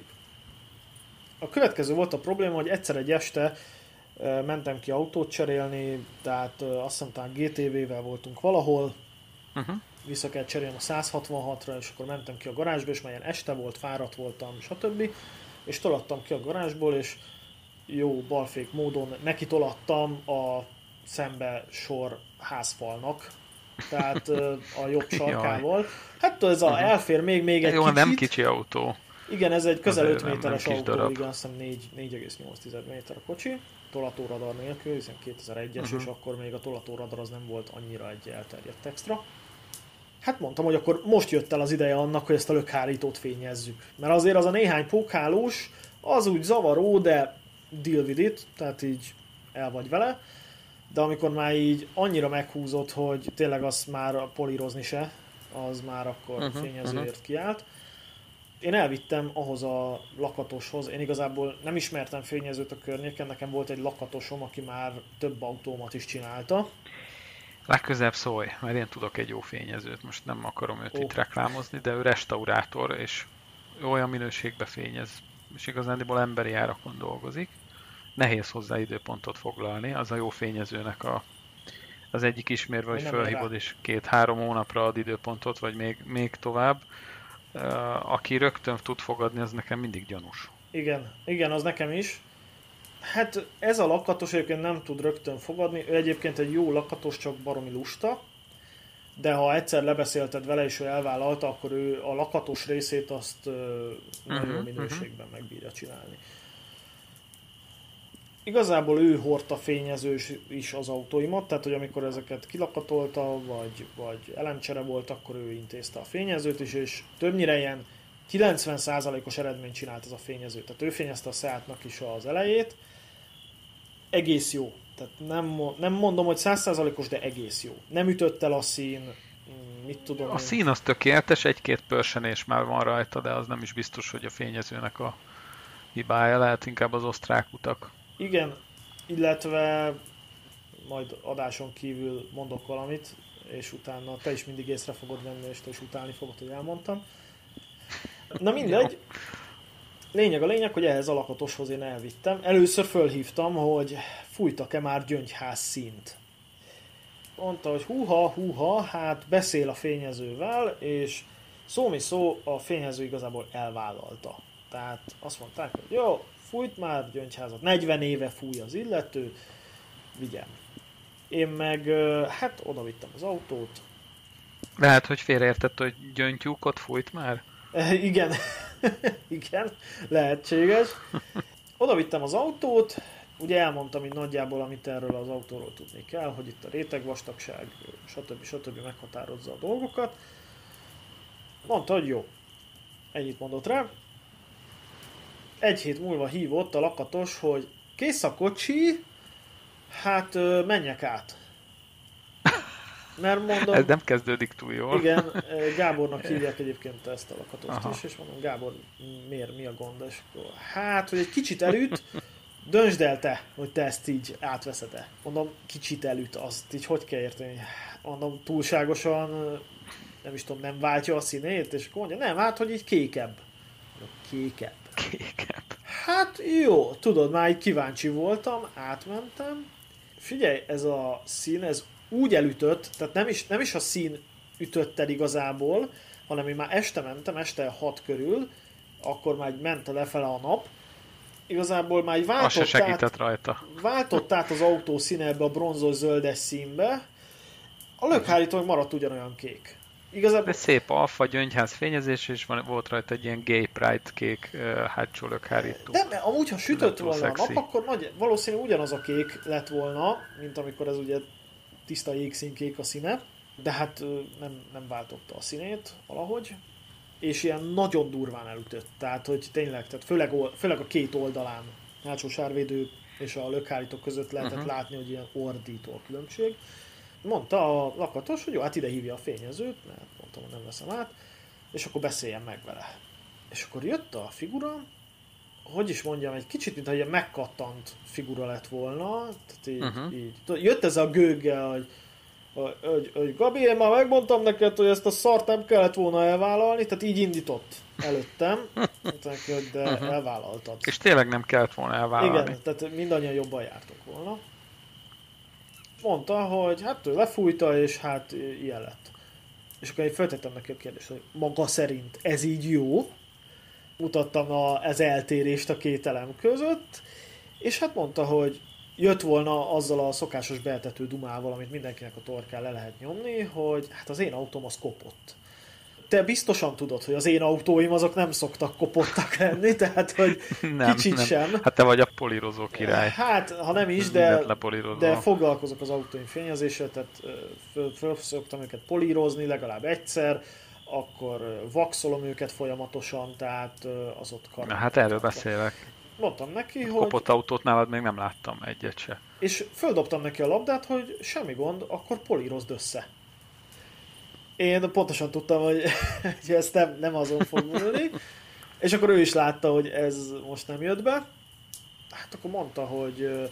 A következő volt a probléma, hogy egyszer egy este e, mentem ki autót cserélni, tehát e, azt hiszem talán gé té vé-vel voltunk valahol, uh-huh. vissza kell cserélni a száz hatvanhatra, és akkor mentem ki a garázsba, és melyen este volt, fáradt voltam, stb. És tolattam ki a garázsból, és jó balfék módon neki tolattam a szembe sor házfalnak, tehát a jobb sarkával. Hát ez a elfér még, még egy jó, kicsit. Nem kicsi autó. Igen, ez egy közel öt méteres nem, nem autó, darab. igen, azt hiszem négy egész nyolc méter a kocsi, tolatóradar nélkül, hiszen kétezer-egyes, uh-huh. és akkor még a tolatóradar az nem volt annyira egy elterjedt extra. Hát mondtam, hogy akkor most jött el az ideje annak, hogy ezt a lökhárítót fényezzük. Mert azért az a néhány pókhálós, az úgy zavaró, de deal with it, tehát így el vagy vele. De amikor már így annyira meghúzott, hogy tényleg azt már polírozni se, az már akkor uh-huh, fényezőért uh-huh. kiállt. Én elvittem ahhoz a lakatoshoz, én igazából nem ismertem fényezőt a környéken, nekem volt egy lakatosom, aki már több autómat is csinálta. Legközelebb szólj, mert én tudok egy jó fényezőt, most nem akarom őt oh. itt reklámozni, de ő restaurátor, és ő olyan minőségbe fényez, és igazándiból emberi árakon dolgozik. Nehéz hozzá időpontot foglalni, az a jó fényezőnek a, az egyik ismérve, hogy fölhívod, és két-három hónapra ad időpontot, vagy még, még tovább. Uh, aki rögtön tud fogadni, az nekem mindig gyanús. Igen, igen, az nekem is. Hát ez a lakatos egyébként nem tud rögtön fogadni, ő egyébként egy jó lakatos, csak baromi lusta, de ha egyszer lebeszélted vele és ő elvállalta, akkor ő a lakatos részét azt uh, nagyon uh-huh, minőségben uh-huh. megbírja csinálni. Igazából ő hordta fényezős is az autóimat, tehát hogy amikor ezeket kilakatolta, vagy, vagy elemcsere volt, akkor ő intézte a fényezőt is, és többnyire ilyen kilencven százalékos eredményt csinált ez a fényező. Tehát ő fényezte a Seatnak is az elejét. Egész jó. Tehát nem, nem mondom, hogy száz százalékos, de egész jó. Nem ütött el a szín, mit tudom A én. szín az tökéletes, egy-két pörsönés már van rajta, de az nem is biztos, hogy a fényezőnek a hibája, lehet inkább az osztrák utak. Igen, illetve majd adáson kívül mondok valamit, és utána te is mindig észre fogod venni, és te is utálni fogod, hogy elmondtam. Na mindegy. Lényeg a lényeg, hogy ehhez a lakatoshoz én elvittem. Először fölhívtam, hogy fújtak-e már gyöngyház színt. Mondta, hogy húha, húha, hát beszél a fényezővel, és szó mi szó, a fényező igazából elvállalta. Tehát azt mondták, hogy jó, fújt már gyöngyházat, negyven éve fúj az illető, vigyem. Én meg, hát oda vittem az autót. Lehet, hogy félreértett, hogy gyöngytyúkot fújt már? E, igen, igen, lehetséges. Oda vittem az autót, ugye elmondtam így nagyjából, amit erről az autóról tudni kell, hogy itt a rétegvastagság, stb. stb. Meghatározza a dolgokat. Mondta, hogy jó. Ennyit mondott rá. Egy hét múlva hívott a lakatos, hogy kész a kocsi, hát menjek át. Mert mondom... Ez nem kezdődik túl jól. Igen, Gábornak hívják egyébként ezt a lakatost Aha. is, és mondom, Gábor, miért, mi a gond? És akkor, hát, hogy egy kicsit elüt, döntsd el te, hogy te ezt így átveszed-e. Mondom, kicsit elüt, azt így hogy kell érteni? Mondom, túlságosan, nem is tudom, nem váltja a színét, és akkor mondja, nem, hát, hogy így kékebb. Mondom, kékebb. Kékebb. Hát jó, tudod, már így kíváncsi voltam, átmentem. Figyelj, ez a szín, ez úgy elütött, tehát nem is, nem is a szín ütött el igazából, hanem én már este mentem, este hat körül, akkor már ment lefele a nap. Igazából már váltott át, rajta. váltott át az autó színe ebbe a bronzos zöldes színbe. A lökhárító maradt ugyanolyan kék. igazából... De szép alfa, gyöngyház fényezés, és van, volt rajta egy ilyen gay pride kék uh, hátsó lökhárító. De, de amúgy, ha sütött volna szexi. a nap, akkor nagy, valószínűleg ugyanaz a kék lett volna, mint amikor ez ugye tiszta jégszínkék a színe, de hát nem, nem váltotta a színét valahogy, és ilyen nagyon durván elütött, tehát hogy tényleg, tehát főleg, főleg a két oldalán, hátsó sárvédő és a lökhárító között lehetett uh-huh. látni, hogy ilyen ordító a különbség. Mondta a lakatos, hogy jó, hát ide hívja a fényezőt, mert mondtam, hogy nem veszem át, és akkor beszéljen meg vele. És akkor jött a figura, hogy is mondjam, egy kicsit, mintha ilyen megkattant figura lett volna, tehát így, uh-huh. így. Jött ez a gőggel, hogy, hogy, hogy Gabi, én már megmondtam neked, hogy ezt a szart nem kellett volna elvállalni, tehát így indított előttem, neki, hogy de uh-huh. elvállaltad. És tényleg nem kellett volna elvállalni. Igen, tehát mindannyian jobban jártunk volna. Mondta, hogy hát ő lefújta, és hát ilyen lett. És akkor én feltettem neki a kérdést, hogy maga szerint ez így jó? Mutattam a, ez eltérést a két elem között, és hát mondta, hogy jött volna azzal a szokásos beetető dumával, amit mindenkinek a torkán le lehet nyomni, hogy hát az én autóm az kopott. Te biztosan tudod, hogy az én autóim azok nem szoktak kopottak lenni, tehát hogy nem, kicsit nem. sem. Hát te vagy a polírozó király. Hát, ha nem is, de, de foglalkozok az autóim fényezéssel, tehát föl, föl szoktam őket polírozni legalább egyszer, akkor vaxolom őket folyamatosan, tehát az ott karban. Na hát erről beszélek. Mondtam neki, hogy... Kopott autót nálad még nem láttam, egyet se. És földobtam neki a labdát, hogy semmi gond, akkor polírozd össze. Én pontosan tudtam, hogy, hogy ez nem, nem azon fog múlni, és akkor ő is látta, hogy ez most nem jött be. Hát akkor mondta, hogy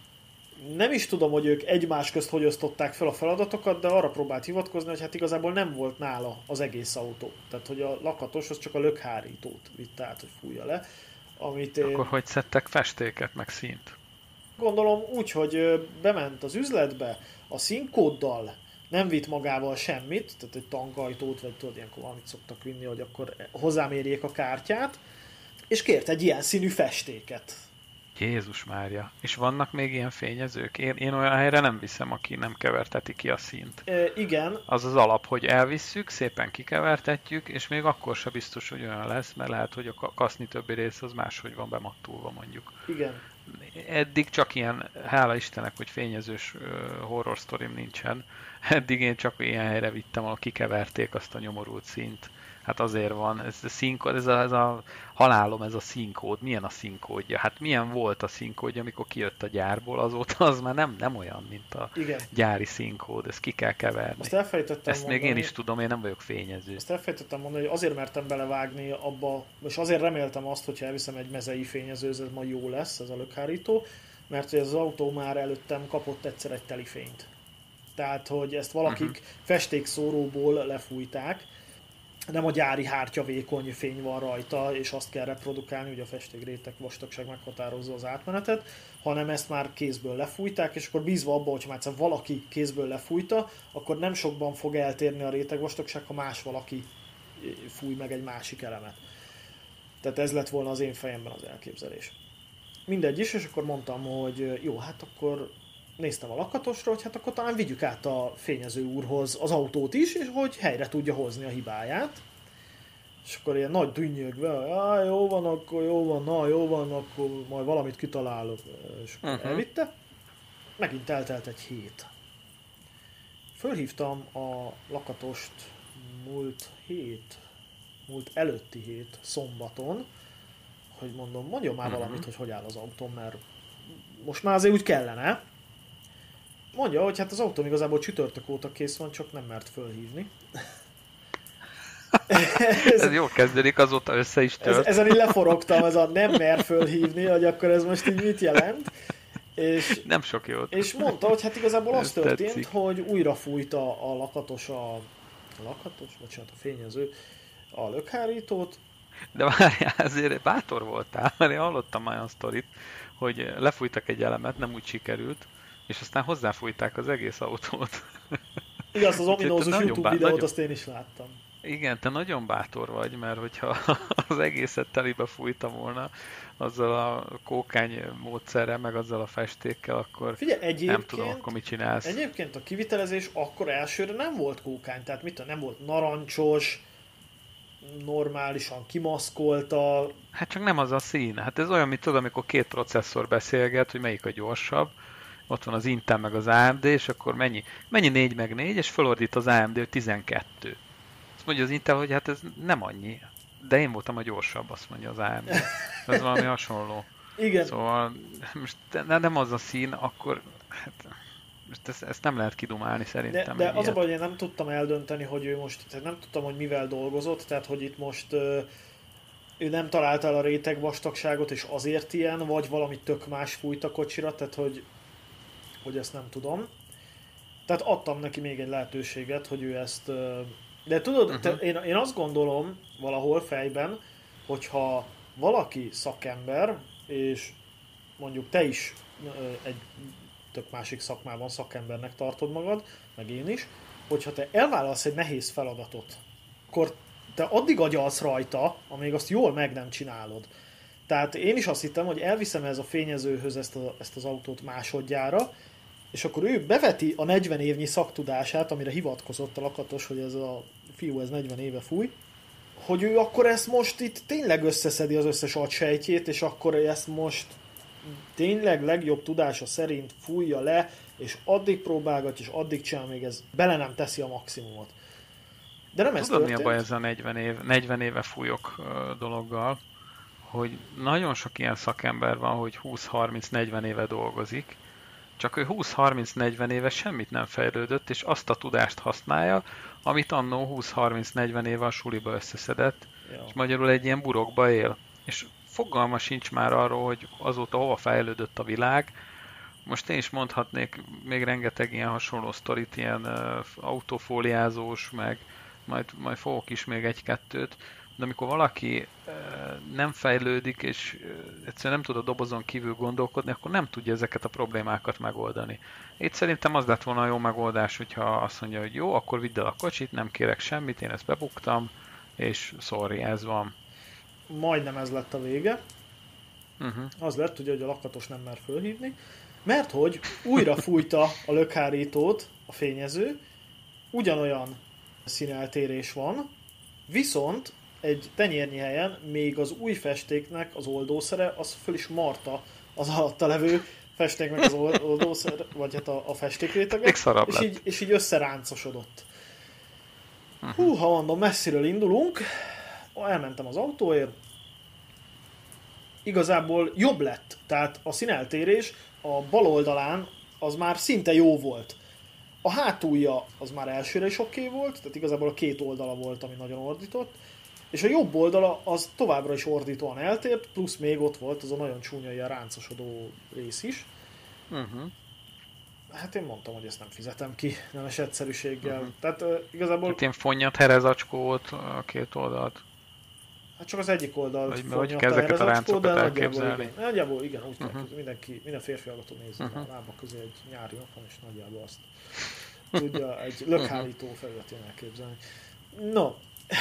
nem is tudom, hogy ők egymás közt hogy osztották fel a feladatokat, de arra próbált hivatkozni, hogy hát igazából nem volt nála az egész autó. Tehát, hogy a lakatos az csak a lökhárítót vitte át, hogy fújja le. Amit én... Akkor hogy szedtek festéket, meg színt? Gondolom úgy, hogy bement az üzletbe a színkóddal, nem vitt magával semmit, tehát egy tankajtót, vagy tudod, ilyenkor valamit szoktak vinni, hogy akkor hozzámérjék a kártyát, és kért egy ilyen színű festéket. Jézus Mária. És vannak még ilyen fényezők? Én, én olyan helyre nem viszem, aki nem keverteti ki a színt. E, igen. Az az alap, hogy elvisszük, szépen kikevertetjük, és még akkor sem biztos, hogy olyan lesz, mert lehet, hogy a kaszni többi rész az máshogy van bemattulva mondjuk. Igen. Eddig csak ilyen, hála Istennek, hogy fényezős uh, horror sztorim nincsen. Eddig én csak ilyen helyre vittem, ahol kikeverték azt a nyomorult színt. Hát azért van, ez a, színkód, ez a, ez a halálom, ez a színkód. Milyen a színkódja? Hát milyen volt a színkódja, amikor kijött a gyárból, azóta az már nem, nem olyan, mint a Igen. gyári színkód. Ezt ki kell keverni. Azt elfelejtettem Ezt mondani, még én is tudom, én nem vagyok fényező. Ezt elfelejtettem mondani, hogy azért mertem belevágni abba, és azért reméltem azt, hogyha elviszem egy mezei fényezőhöz, ez majd jó lesz, ez a lökhárító, mert hogy az autó már előttem kapott egyszer egy teli fényt. Tehát, hogy ezt valakik uh-huh. festékszóróból lefújták, nem a gyári hártya vékony fény van rajta, és azt kell reprodukálni, ugye a festékréteg vastagság meghatározza az átmenetet, hanem ezt már kézből lefújták, és akkor bízva abban, hogyha már egyszer valaki kézből lefújta, akkor nem sokban fog eltérni a réteg vastagság, ha más valaki fúj meg egy másik elemet. Tehát ez lett volna az én fejemben az elképzelés. Mindegy is, és akkor mondtam, hogy jó, hát akkor néztem a lakatosra, hogy hát akkor talán vigyük át a fényező úrhoz az autót is, és hogy helyre tudja hozni a hibáját. És akkor ilyen nagy dünnyögve, hogy jó van, akkor jó van, na jó van, akkor majd valamit kitalálok. És akkor uh-huh. elvitte. Megint eltelt egy hét. Fölhívtam a lakatost múlt hét, múlt előtti hét szombaton, hogy mondom, mondjon már uh-huh. valamit, hogy hogy áll az autóm, mert most már azért úgy kellene. Mondja, hogy hát az autóm igazából csütörtök óta kész van, csak nem mert fölhívni. ez, ez jól kezdődik, azóta össze is tört. Ez, ezen így leforogtam, ez a nem mer fölhívni, hogy akkor ez most így mit jelent. És, nem sok jót. És mondta, hogy hát igazából az történt, tetszik. Hogy újra fújta a lakatos, a, a lakatos, bocsánat, a fényező, a lökhárítót. De várjál, azért bátor voltál, mert én hallottam már olyan sztorit, hogy lefújtak egy elemet, nem úgy sikerült, és aztán hozzáfújták az egész autót. Igaz, az ominózus YouTube videót nagyobb. Azt én is láttam. Igen, te nagyon bátor vagy, mert hogyha az egészet telibe fújtam volna azzal a kókány módszerrel, meg azzal a festékkel, akkor Figyelj, nem tudom, akkor mit csinálsz. Egyébként a kivitelezés akkor elsőre nem volt kókány, tehát mit tudom, nem volt narancsos, normálisan kimaszkolta. Hát csak nem az a szín. Hát ez olyan, mint tudod, amikor két processzor beszélget, hogy melyik a gyorsabb. Ott van az Intel meg az á em dé, és akkor mennyi, mennyi négy meg négy, és felordít az á em dé, hogy tizenkettő. Azt mondja az Intel, hogy hát ez nem annyi. De én voltam a gyorsabb, azt mondja az á em dé. Ez valami hasonló. Igen. Szóval most nem az a szín, akkor hát, most ezt, ezt nem lehet kidumálni szerintem. De, de az a baj, hogy én nem tudtam eldönteni, hogy ő most, tehát nem tudtam, hogy mivel dolgozott, tehát hogy itt most ő nem találta el a réteg vastagságot, és azért ilyen, vagy valami tök más fújt a kocsira, tehát hogy, hogy ezt nem tudom. Tehát adtam neki még egy lehetőséget, hogy ő ezt... De tudod, uh-huh. te, én, én azt gondolom valahol fejben, hogyha valaki szakember, és mondjuk te is egy tök másik szakmában szakembernek tartod magad, meg én is, hogyha te elvállalsz egy nehéz feladatot, akkor te addig agyalsz rajta, amíg azt jól meg nem csinálod. Tehát én is azt hittem, hogy elviszem ez a fényezőhöz ezt, a, ezt az autót másodjára, és akkor ő beveti a negyven évnyi szaktudását, amire hivatkozott a Lakatos, hogy ez a fiú ez negyven éve fúj, hogy ő akkor ezt most itt tényleg összeszedi az összes agysejtjét, és akkor ezt most tényleg legjobb tudása szerint fújja le, és addig próbálgatja, és addig csinál, még ez bele nem teszi a maximumot. De nem ez Tudod, történt. mi a baj ez a negyven, év, negyven éve fújok dologgal, hogy nagyon sok ilyen szakember van, hogy húsz-harminc-negyven éve dolgozik, csak ő húsz-harminc-negyven éve semmit nem fejlődött, és azt a tudást használja, amit annó húsz-harminc-negyven éve a suliba összeszedett, ja. És magyarul egy ilyen burokba él. És fogalma sincs már arról, hogy azóta hova fejlődött a világ. Most én is mondhatnék még rengeteg ilyen hasonló sztorit, ilyen uh, autófóliázós, meg majd, majd fogok is még egy-kettőt, de amikor valaki uh, nem fejlődik, és uh, egyszerűen nem tud a dobozon kívül gondolkodni, akkor nem tudja ezeket a problémákat megoldani. Itt szerintem az lett volna a jó megoldás, hogyha azt mondja, hogy jó, akkor vidd el a kocsit, nem kérek semmit, én ezt bebuktam, és sorry, ez van. Majdnem ez lett a vége. Uh-huh. Az lett, ugye, hogy a Lakatos nem mer fölhívni, mert hogy újra fújta a lökhárítót a fényező, ugyanolyan színeltérés van, viszont egy tenyérnyi helyen még az új festéknek az oldószere, az föl is marta az alatta levő festéknek az oldószere, vagy hát a, a festékréteget, és így, és így összeráncosodott. Uh-huh. Hú, ha mondom, messziről indulunk, elmentem az autóért, igazából jobb lett, tehát a színeltérés a bal oldalán az már szinte jó volt. A hátulja az már elsőre is oké volt, tehát igazából a két oldala volt, ami nagyon ordított, és a jobb oldala az továbbra is ordítóan eltért, plusz még ott volt az a nagyon csúnya ilyen ráncosodó rész is. Uh-huh. Hát én mondtam, hogy ezt nem fizetem ki, nemes egyszerűséggel. Uh-huh. Tehát uh, igazából... Hát ilyen fonnyat herezacskó volt a két oldalt. Hát csak az egyik oldal hogy, hogy kell ezeket a ráncokat elképzelni. Igen. Nagyjából igen, úgy uh-huh. kell, mindenki, minden férfi hallgató nézze uh-huh. a lábak közé egy nyári napon, és nagyjából azt tudja egy lökhárító felületén elképzelni. No.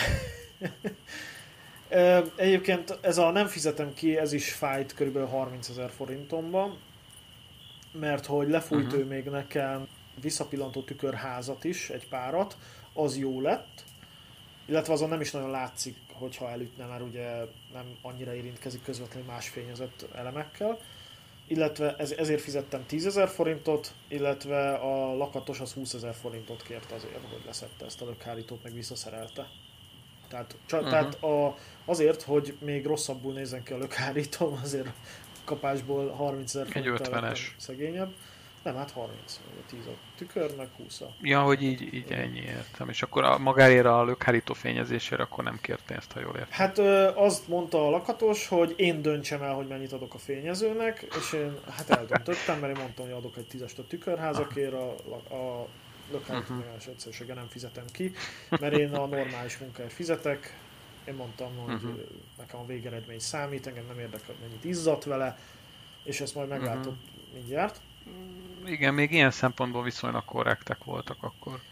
Egyébként ez a nem fizetem ki, ez is fájt kb. harmincezer forintomban, mert hogy lefújt uh-huh. ő még nekem visszapillantó tükörházat is, egy párat, az jó lett, illetve azon nem is nagyon látszik, hogyha elütne, mert ugye nem annyira érintkezik közvetlenül más fényezett elemekkel. Illetve ez, ezért fizettem tízezer forintot, illetve a Lakatos az húszezer forintot kért azért, hogy leszette ezt a lökhárítót, meg visszaszerelte. Tehát, csa, uh-huh. tehát a, azért, hogy még rosszabbul nézzen ki a lökhárítóm, azért kapásból harmincezer forinttal szegényebb. Nem, hát harminc, tíz a tükör, meg húsz a... Ja, hogy így, így ennyi értem. És akkor a magáért a lökhárító fényezésére akkor nem kért pénzt, ha jól értem. Hát ö, azt mondta a Lakatos, hogy én döntsem el, hogy mennyit adok a fényezőnek, és én hát eldöntöttem, mert én mondtam, hogy adok egy tízest a tükörházakért, a, a lökhárító uh-huh. egyszerűséggel nem fizetem ki, mert én a normális munkáért fizetek. Én mondtam, hogy uh-huh. nekem a végeredmény számít, engem nem érdekel, hogy mennyit izzadt vele, és ezt majd meglátod uh-huh. mindjárt. Igen, még ilyen szempontból viszonylag korrektek voltak akkor.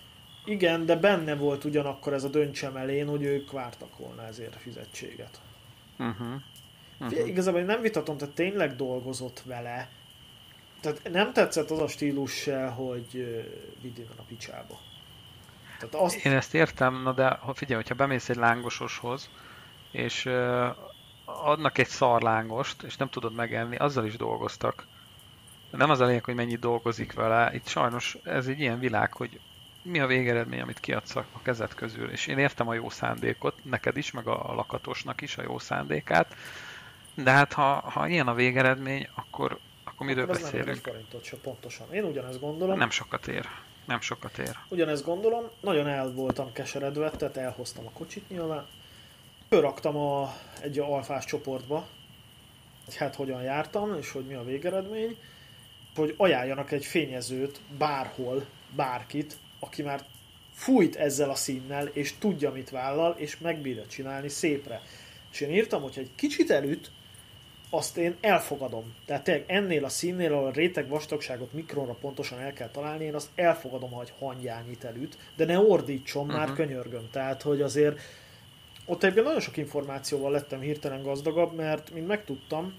Igen, de benne volt ugyanakkor ez a döntsem elén, hogy ők vártak volna ezért fizetséget. Uh-huh. Uh-huh. Igazából én nem vitatom, tehát tényleg dolgozott vele. Tehát nem tetszett az a stílus se, hogy vidd innen a picsába. Tehát azt... Én ezt értem, na de figyelj, hogyha bemész egy lángososhoz, és uh, adnak egy szarlángost, és nem tudod megenni, azzal is dolgoztak. Nem az a lényeg, hogy mennyit dolgozik vele. Itt sajnos ez egy ilyen világ, hogy mi a végeredmény, amit kiadsz a kezed közül. És én értem a jó szándékot, neked is, meg a lakatosnak is a jó szándékát. De hát ha, ha ilyen a végeredmény, akkor, akkor miről akkor beszélünk? Nem forintot se pontosan. Én ugyanezt gondolom. Nem sokat ér. Nem sokat ér. Ugyanezt gondolom. Nagyon el voltam keseredve, tehát elhoztam a kocsit nyilván. Fölraktam a, egy alfás csoportba, hogy hát hogyan jártam, és hogy mi a végeredmény. Hogy ajánljanak egy fényezőt bárhol, bárkit, aki már fújt ezzel a színnel, és tudja, mit vállal, és megbírja csinálni szépre. És én írtam, hogy egy kicsit elüt, azt én elfogadom. Tehát tényleg ennél a színnél, ahol a réteg vastagságot mikronra pontosan el kell találni, én azt elfogadom, hogy hangyányit elüt, de ne ordítson, uh-huh. már könyörgöm. Tehát, hogy azért ott egyébként nagyon sok információval lettem hirtelen gazdagabb, mert mint megtudtam,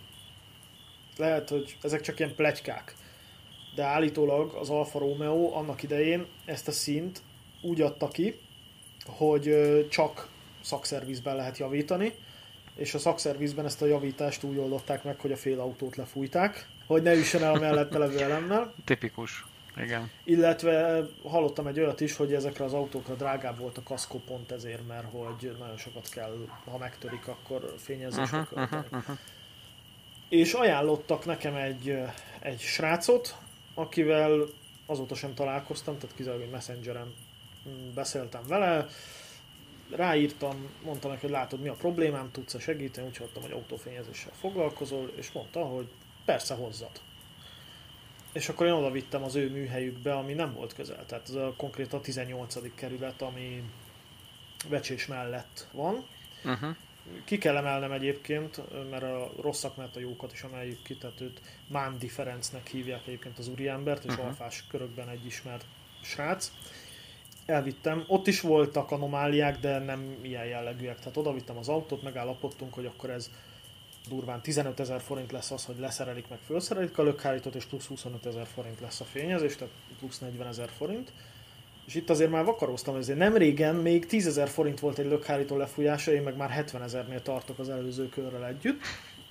lehet, hogy ezek csak ilyen pletykák, de állítólag az Alfa Romeo annak idején ezt a színt úgy adta ki, hogy csak szakszervizben lehet javítani, és a szakszervizben ezt a javítást úgy oldották meg, hogy a fél autót lefújták, hogy ne üssen el a mellette levő elemmel. Tipikus, igen. Illetve hallottam egy olyat is, hogy ezekre az autókra drágább volt a kaszkó pont ezért, mert hogy nagyon sokat kell, ha megtörik, akkor fényezésre uh-huh, költeni. Uh-huh, uh-huh. És ajánlottak nekem egy, egy srácot, akivel azóta sem találkoztam, tehát kizárólag egy messengeren beszéltem vele, ráírtam, mondtam neki, hogy látod, mi a problémám, tudsz-e segíteni, úgy hallottam, hogy autófényezéssel foglalkozol, és mondta, hogy persze, hozzad. És akkor én oda vittem az ő műhelyükbe, ami nem volt közel, tehát ez a konkrétan a tizennyolcadik kerület, ami Vecsés mellett van. Uh-huh. Ki kell emelnem egyébként, mert a rosszak mellett a jókat is emeljük ki, tehát őt Mándi Ferencnek hívják egyébként az úriembert, és uh-huh. alfás körökben egy ismert srác. Elvittem, ott is voltak anomáliák, de nem ilyen jellegűek, tehát oda vittem az autót, megállapodtunk, hogy akkor ez durván tizenötezer forint lesz az, hogy leszerelik meg fölszerelik a lökhárítót, és plusz huszonötezer forint lesz a fényezés, tehát plusz negyvenezer forint. És itt azért már vakaróztam, hogy azért nem régen még tízezer forint volt egy lökhárító lefújása, én meg már hetvenezernél tartok az előző körrel együtt.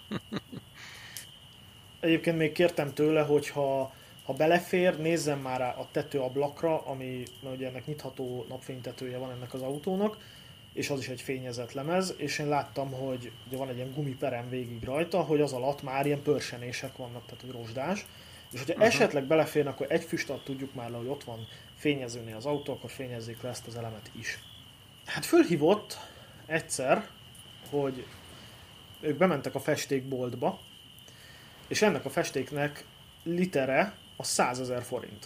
Egyébként még kértem tőle, hogy ha, ha belefér, nézzem már rá a tetőablakra, ami ugye ennek nyitható napfénytetője van ennek az autónak, és az is egy fényezett lemez, és én láttam, hogy ugye van egy ilyen gumiperem végig rajta, hogy az alatt már ilyen pörsenések vannak, tehát hogy rozsdás. És hogyha uh-huh. esetleg beleférnek, akkor egy füstat tudjuk már le, hogy ott van fényezőnél az autó, akkor fényezzék le ezt az elemet is. Hát fölhívott egyszer, hogy ők bementek a festékboltba, és ennek a festéknek litere a százezer forint.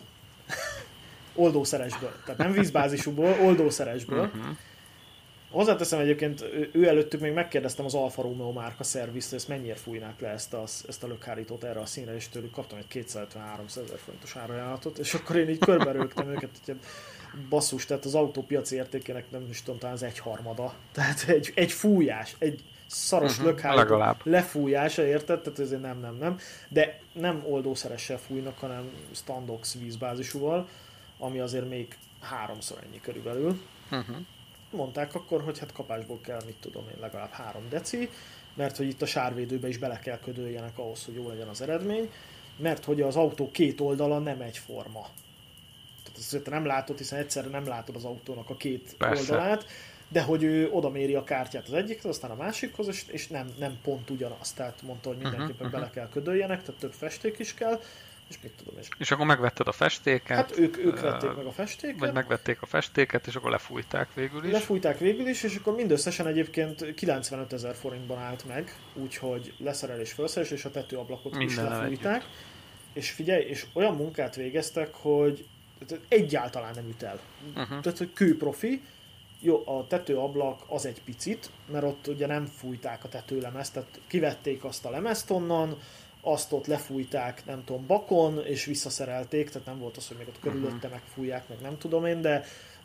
Oldószeresből. Tehát nem vízbázisúból, oldószeresből. Uh-huh. Hozzáteszem egyébként, ő, ő előttük még megkérdeztem az Alfa Romeo márka szervizt, hogy ezt mennyire fújnák le ezt a, ezt a lökhárítót erre a színre, és tőlük kaptam egy kétszázötven-háromszázezer forintos árajánlatot, és akkor én így körberögtem őket, hogy basszus, tehát az autópiaci értékének nem is tudom, talán az egyharmada. Tehát egy, egy fújás, egy szaros uh-huh, lökhárító lefújása, érted? Tehát ezért nem, nem, nem. De nem oldószeressel fújnak, hanem Standox vízbázisúval, ami azért még háromszor ennyi körülbelül. Uh-huh. Mondták akkor, hogy hát kapásból kell, mit tudom én, legalább három deci, mert hogy itt a sárvédőbe is bele kell ködöljenek ahhoz, hogy jó legyen az eredmény, mert hogy az autó két oldala nem egyforma. Tehát ezt nem látod, hiszen egyszerre nem látod az autónak a két Persze. oldalát, de hogy ő oda méri a kártyát az egyikhez, aztán a másikhoz, és, és nem, nem pont ugyanaz. Tehát mondta, hogy mindenképpen uh-huh, bele kell ködöljenek, tehát több festék is kell, és mit tudom és... És akkor megvetted a festéket? Hát ők, ők vették uh, meg a festéket. Vagy megvették a festéket, és akkor lefújták végül is? Lefújták végül is, és akkor mindösszesen egyébként kilencvenetezer forintban állt meg, úgyhogy leszerelés, felszerelés, és a tetőablakot Minden is lefújták. Együtt. És figyelj, és olyan munkát végeztek, hogy egyáltalán nem üt el. Uh-huh. Tehát, hogy kőprofi. Jó, a tetőablak az egy picit, mert ott ugye nem fújták a tetőlemezt, tehát kivették azt a lemezt onnan, azt ott lefújták, nem tudom, bakon, és visszaszerelték, tehát nem volt az, hogy még ott körülötte megfújják, meg nem tudom én, de,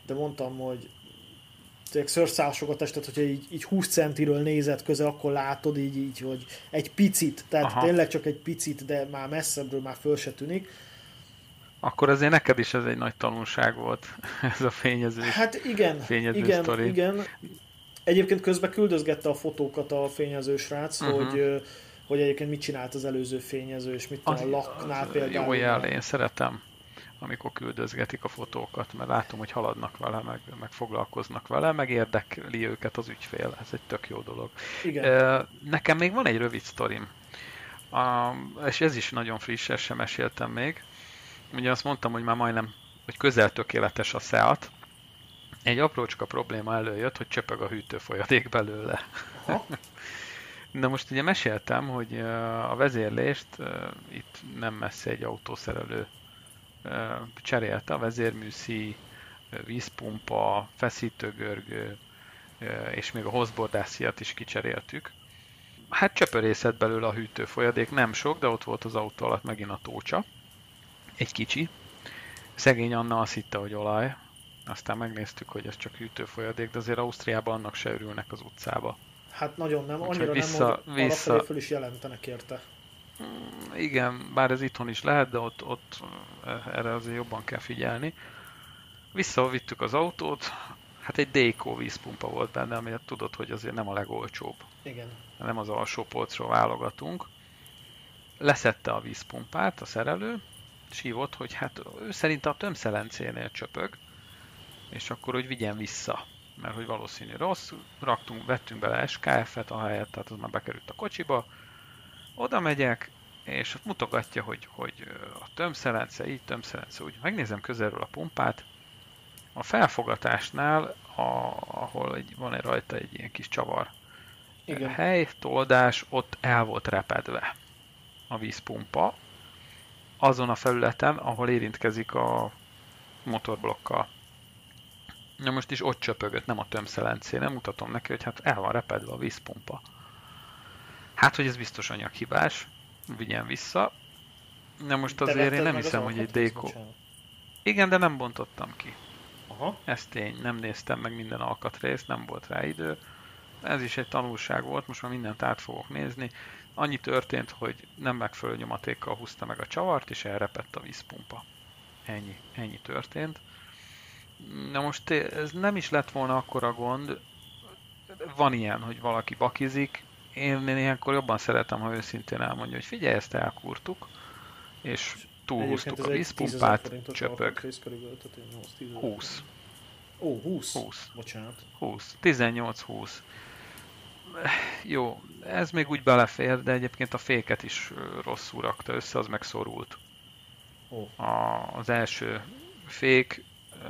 de mondtam, hogy szőrszálasogatás, tehát hogyha így, így húsz centiről nézed közel, akkor látod így, így, hogy egy picit, tehát Aha. tényleg csak egy picit, de már messzebbről már föl se tűnik. Akkor azért neked is ez egy nagy tanulság volt, ez a fényező. Hát igen, fényező igen, sztori. igen. Egyébként közben küldözgette a fotókat a fényező srác, uh-huh. hogy, hogy egyébként mit csinált az előző fényező, és mit a laknál például. Jó jel, én szeretem, amikor küldözgetik a fotókat, mert látom, hogy haladnak vele, meg, meg foglalkoznak vele, meg érdekli őket az ügyfél. Ez egy tök jó dolog. Igen. Nekem még van egy rövid sztorim, és ez is nagyon friss, ezt sem meséltem még. Ugye azt mondtam, hogy már majdnem, hogy közel tökéletes a Seat. Egy aprócska probléma előjött, hogy csöpög a hűtőfolyadék belőle. Na most ugye meséltem, hogy a vezérlést itt nem messze egy autószerelő cserélte, a vezérműszí, vízpumpa, feszítőgörgő, és még a hozbordászíjat is kicseréltük. Hát csöpörészett belőle a hűtőfolyadék, nem sok, de ott volt az autó alatt megint a tócsa. Egy kicsi. Szegény Anna azt hitte, hogy olaj. Aztán megnéztük, hogy ez csak hűtőfolyadék, de azért Ausztriában annak se örülnek az utcába. Hát nagyon nem, Úgyhogy annyira vissza, nem, hogy vissza... alapfelé föl is jelentenek érte. Igen, bár ez itthon is lehet, de ott, ott erre azért jobban kell figyelni. Visszavittük az autót, hát egy Dayco vízpumpa volt benne, ami tudod, hogy azért nem a legolcsóbb. Igen. Nem az alsó polcról válogatunk. Leszedte a vízpumpát a szerelő, és hívott, hogy hát ő szerint a tömszelencénél csöpög, és akkor hogy vigyen vissza, mert hogy valószínű rossz, raktunk, vettünk bele es ká ef-et ahelyett, tehát az már bekerült a kocsiba, oda megyek, és mutogatja, hogy, hogy a tömszelence, így tömszelence, úgy megnézem közelről a pumpát, a felfogatásnál, a, ahol egy, van egy rajta egy ilyen kis csavar Igen. hely, toldás, ott el volt repedve a vízpumpa, azon a felületen, ahol érintkezik a motorblokkal. Na most is ott csöpögött, nem a tömszelencén, nem mutatom neki, hogy hát el van repedve a vízpumpa. Hát, hogy ez biztos anyaghibás, vigyen vissza. Na most Te azért én nem az hiszem, hogy egy Dayco... bocsánat. Igen, de nem bontottam ki. Aha. Ez tény, nem néztem meg minden alkatrészt, nem volt rá idő. Ez is egy tanulság volt, most már mindent át fogok nézni. Annyi történt, hogy nem megfelelő nyomatékkal húzta meg a csavart, és elrepett a vízpumpa. Ennyi, ennyi történt. Na most ez nem is lett volna akkora gond. Van ilyen, hogy valaki bakizik. Én, én ilyenkor jobban szeretem, ha őszintén elmondja, hogy figyelj, ezt elkúrtuk, és túlhúztuk a vízpumpát, csöpög. húsz. Ó, húsz. húsz. Bocsánat. húsz. tizennyolc húsz. Jó, ez még úgy belefér, de egyébként a féket is rosszul rakta össze, az megszorult. Oh. A, az első fék,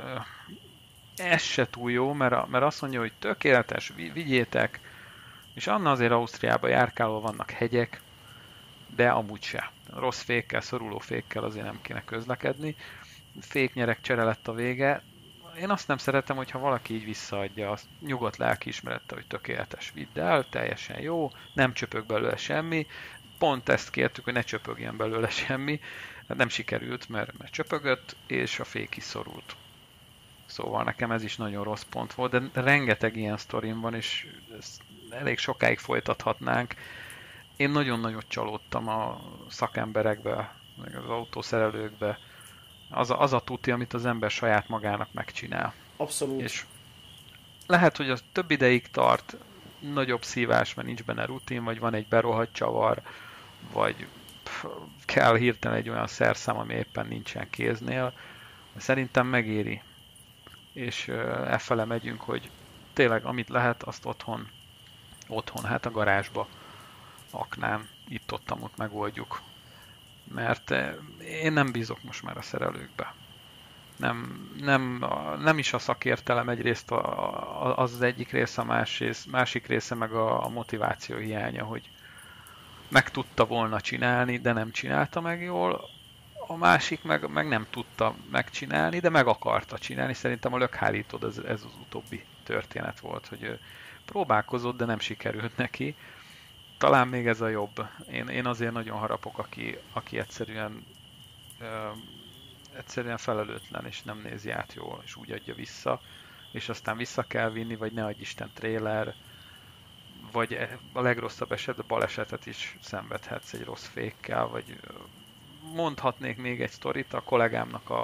ez se túl jó, mert, a, mert azt mondja, hogy tökéletes, vigyétek, és Anna azért Ausztriában járkálva vannak hegyek, de amúgy se. Rossz fékkel, szoruló fékkel azért nem kéne közlekedni. Féknyerek csere lett a vége. Én azt nem szeretem, hogyha valaki így visszaadja, azt nyugodt lelkiismerette, hogy tökéletes, vidd el, teljesen jó, nem csöpög belőle semmi. Pont ezt kértük, hogy ne csöpögjen belőle semmi. Hát nem sikerült, mert, mert csöpögött, és a fék is szorult. Szóval nekem ez is nagyon rossz pont volt, de rengeteg ilyen sztorim van, és ezt elég sokáig folytathatnánk. Én nagyon nagyot csalódtam a szakemberekbe, meg az autószerelőkbe. Az a, az a tuti, amit az ember saját magának megcsinál. Abszolút. És lehet, hogy az több ideig tart, nagyobb szívás, mert nincs benne rutin, vagy van egy berohadt csavar, vagy pff, kell hirtelen egy olyan szerszám, ami éppen nincsen kéznél. Szerintem megéri. És uh, effele megyünk, hogy tényleg amit lehet, azt otthon, otthon, hát a garázsba, aknán, itt-ott, ott megoldjuk. Mert én nem bízok most már a szerelőkbe. Nem, nem, nem is a szakértelem egyrészt a, a, az az egyik része, a másrészt, másik része meg a, a motiváció hiánya, hogy meg tudta volna csinálni, de nem csinálta meg jól. A másik meg, meg nem tudta megcsinálni, de meg akarta csinálni. Szerintem a lökhárítod ez, ez az utóbbi történet volt, hogy próbálkozott, de nem sikerült neki. Talán még ez a jobb. Én, én azért nagyon harapok, aki, aki egyszerűen ö, egyszerűen felelőtlen, és nem nézi át jól, és úgy adja vissza, és aztán vissza kell vinni, vagy ne adj Isten trailer, vagy a legrosszabb esetben balesetet is szenvedhetsz egy rossz fékkel, vagy mondhatnék még egy sztorit, a kollégámnak a,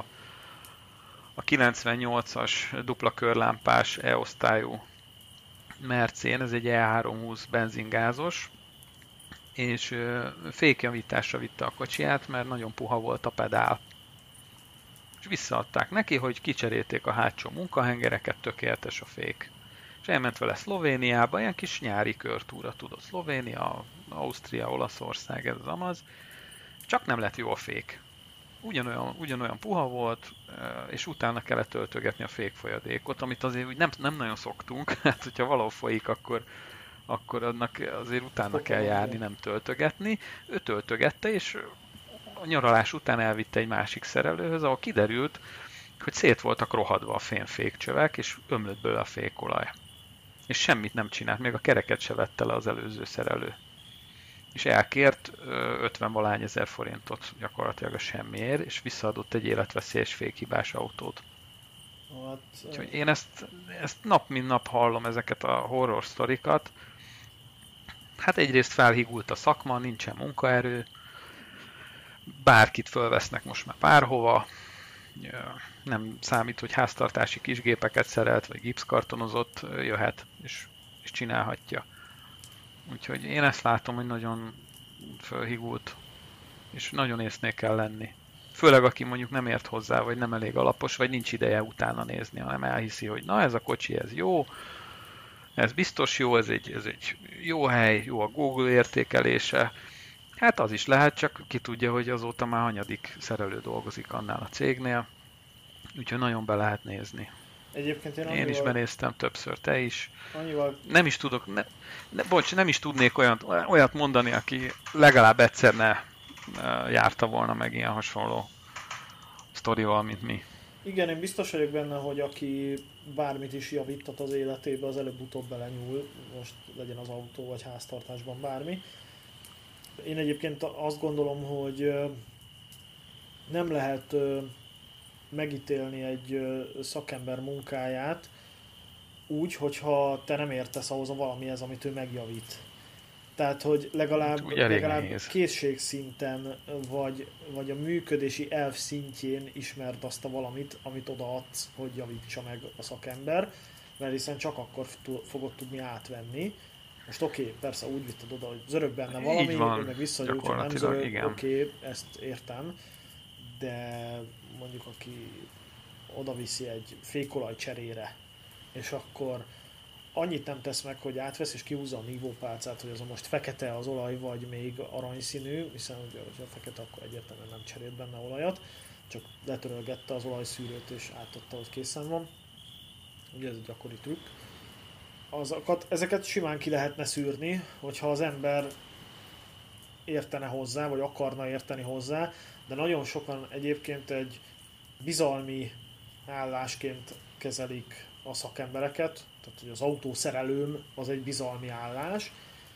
a kilencvennyolcas dupla körlámpás E-osztályú Mercén, ez egy E háromszázhúsz benzingázos, és fékjavításra vitte a kocsiját, mert nagyon puha volt a pedál. És visszaadták neki, hogy kicserélték a hátsó munkahengereket, tökéletes a fék. És elment vele Szlovéniába, ilyen kis nyári körtúra, tudod, Szlovénia, Ausztria, Olaszország, ez az amaz. Csak nem lett jó a fék. Ugyanolyan, ugyanolyan puha volt, és utána kellett töltögetni a fékfolyadékot, amit azért úgy nem, nem nagyon szoktunk. Hát, hogyha valahol folyik, akkor, akkor annak azért utána Fokkal kell járni, nem töltögetni. Ő töltögette, és a nyaralás után elvitte egy másik szerelőhöz, ahol kiderült, hogy szét voltak rohadva a fémfékcsövek, és ömlött belőle a fékolaj. És semmit nem csinált, még a kereket se vette le az előző szerelő. És elkért ötven-valány ezer forintot gyakorlatilag a semmiért, és visszaadott egy életveszélyes fékhibás autót. Hát, úgyhogy én ezt, ezt nap mint nap hallom, ezeket a horror sztorikat. Hát egyrészt felhigult a szakma, nincsen munkaerő, bárkit fölvesznek most már bárhova, nem számít, hogy háztartási kisgépeket szerelt, vagy gipszkartonozott, jöhet, és, és csinálhatja. Úgyhogy én ezt látom, hogy nagyon fölhigult, és nagyon észnél kell lenni. Főleg, aki mondjuk nem ért hozzá, vagy nem elég alapos, vagy nincs ideje utána nézni, hanem elhiszi, hogy na ez a kocsi, ez jó, ez biztos jó, ez egy, ez egy jó hely, jó a Google értékelése. Hát az is lehet, csak ki tudja, hogy azóta már hanyadik szerelő dolgozik annál a cégnél. Úgyhogy nagyon be lehet nézni. Egyébként én, én annyival... is benéztem többször, te is. Annyival... Nem is tudok, ne, ne, bocs, nem is tudnék olyat, olyat mondani, aki legalább egyszer ne járta volna meg ilyen hasonló sztorival, mint mi. Igen, én biztos vagyok benne, hogy aki bármit is javítat az életébe, az előbb-utóbb belenyúl, most legyen az autó vagy háztartásban bármi. Én egyébként azt gondolom, hogy nem lehet megítélni egy szakember munkáját úgy, hogyha te nem értesz ahhoz a valamihez, amit ő megjavít. Tehát, hogy legalább, legalább készségszinten, vagy, vagy a működési elv szintjén ismerd azt a valamit, amit odaadsz, hogy javítsa meg a szakember, mert hiszen csak akkor fogod tudni átvenni. Most oké, okay, persze úgy vitted oda, hogy zörög benne valami, van, meg visszajött, hogy nem zörög, oké, okay, ezt értem, de mondjuk aki oda viszi egy fékolaj cserére, és akkor annyit nem tesz meg, hogy átvesz és kihúzza a nívópálcát, hogy az a most fekete az olaj, vagy még aranyszínű, hiszen ugye, hogyha fekete, akkor egyértelműen nem cserélt benne olajat, csak letörölgette az olajszűrőt és átadta, hogy készen van. Ugye ez egy gyakori trükk. Azokat, ezeket simán ki lehetne szűrni, hogyha az ember értene hozzá, vagy akarna érteni hozzá, de nagyon sokan egyébként egy bizalmi állásként kezelik a szakembereket, tehát hogy az autószerelőm az egy bizalmi állás.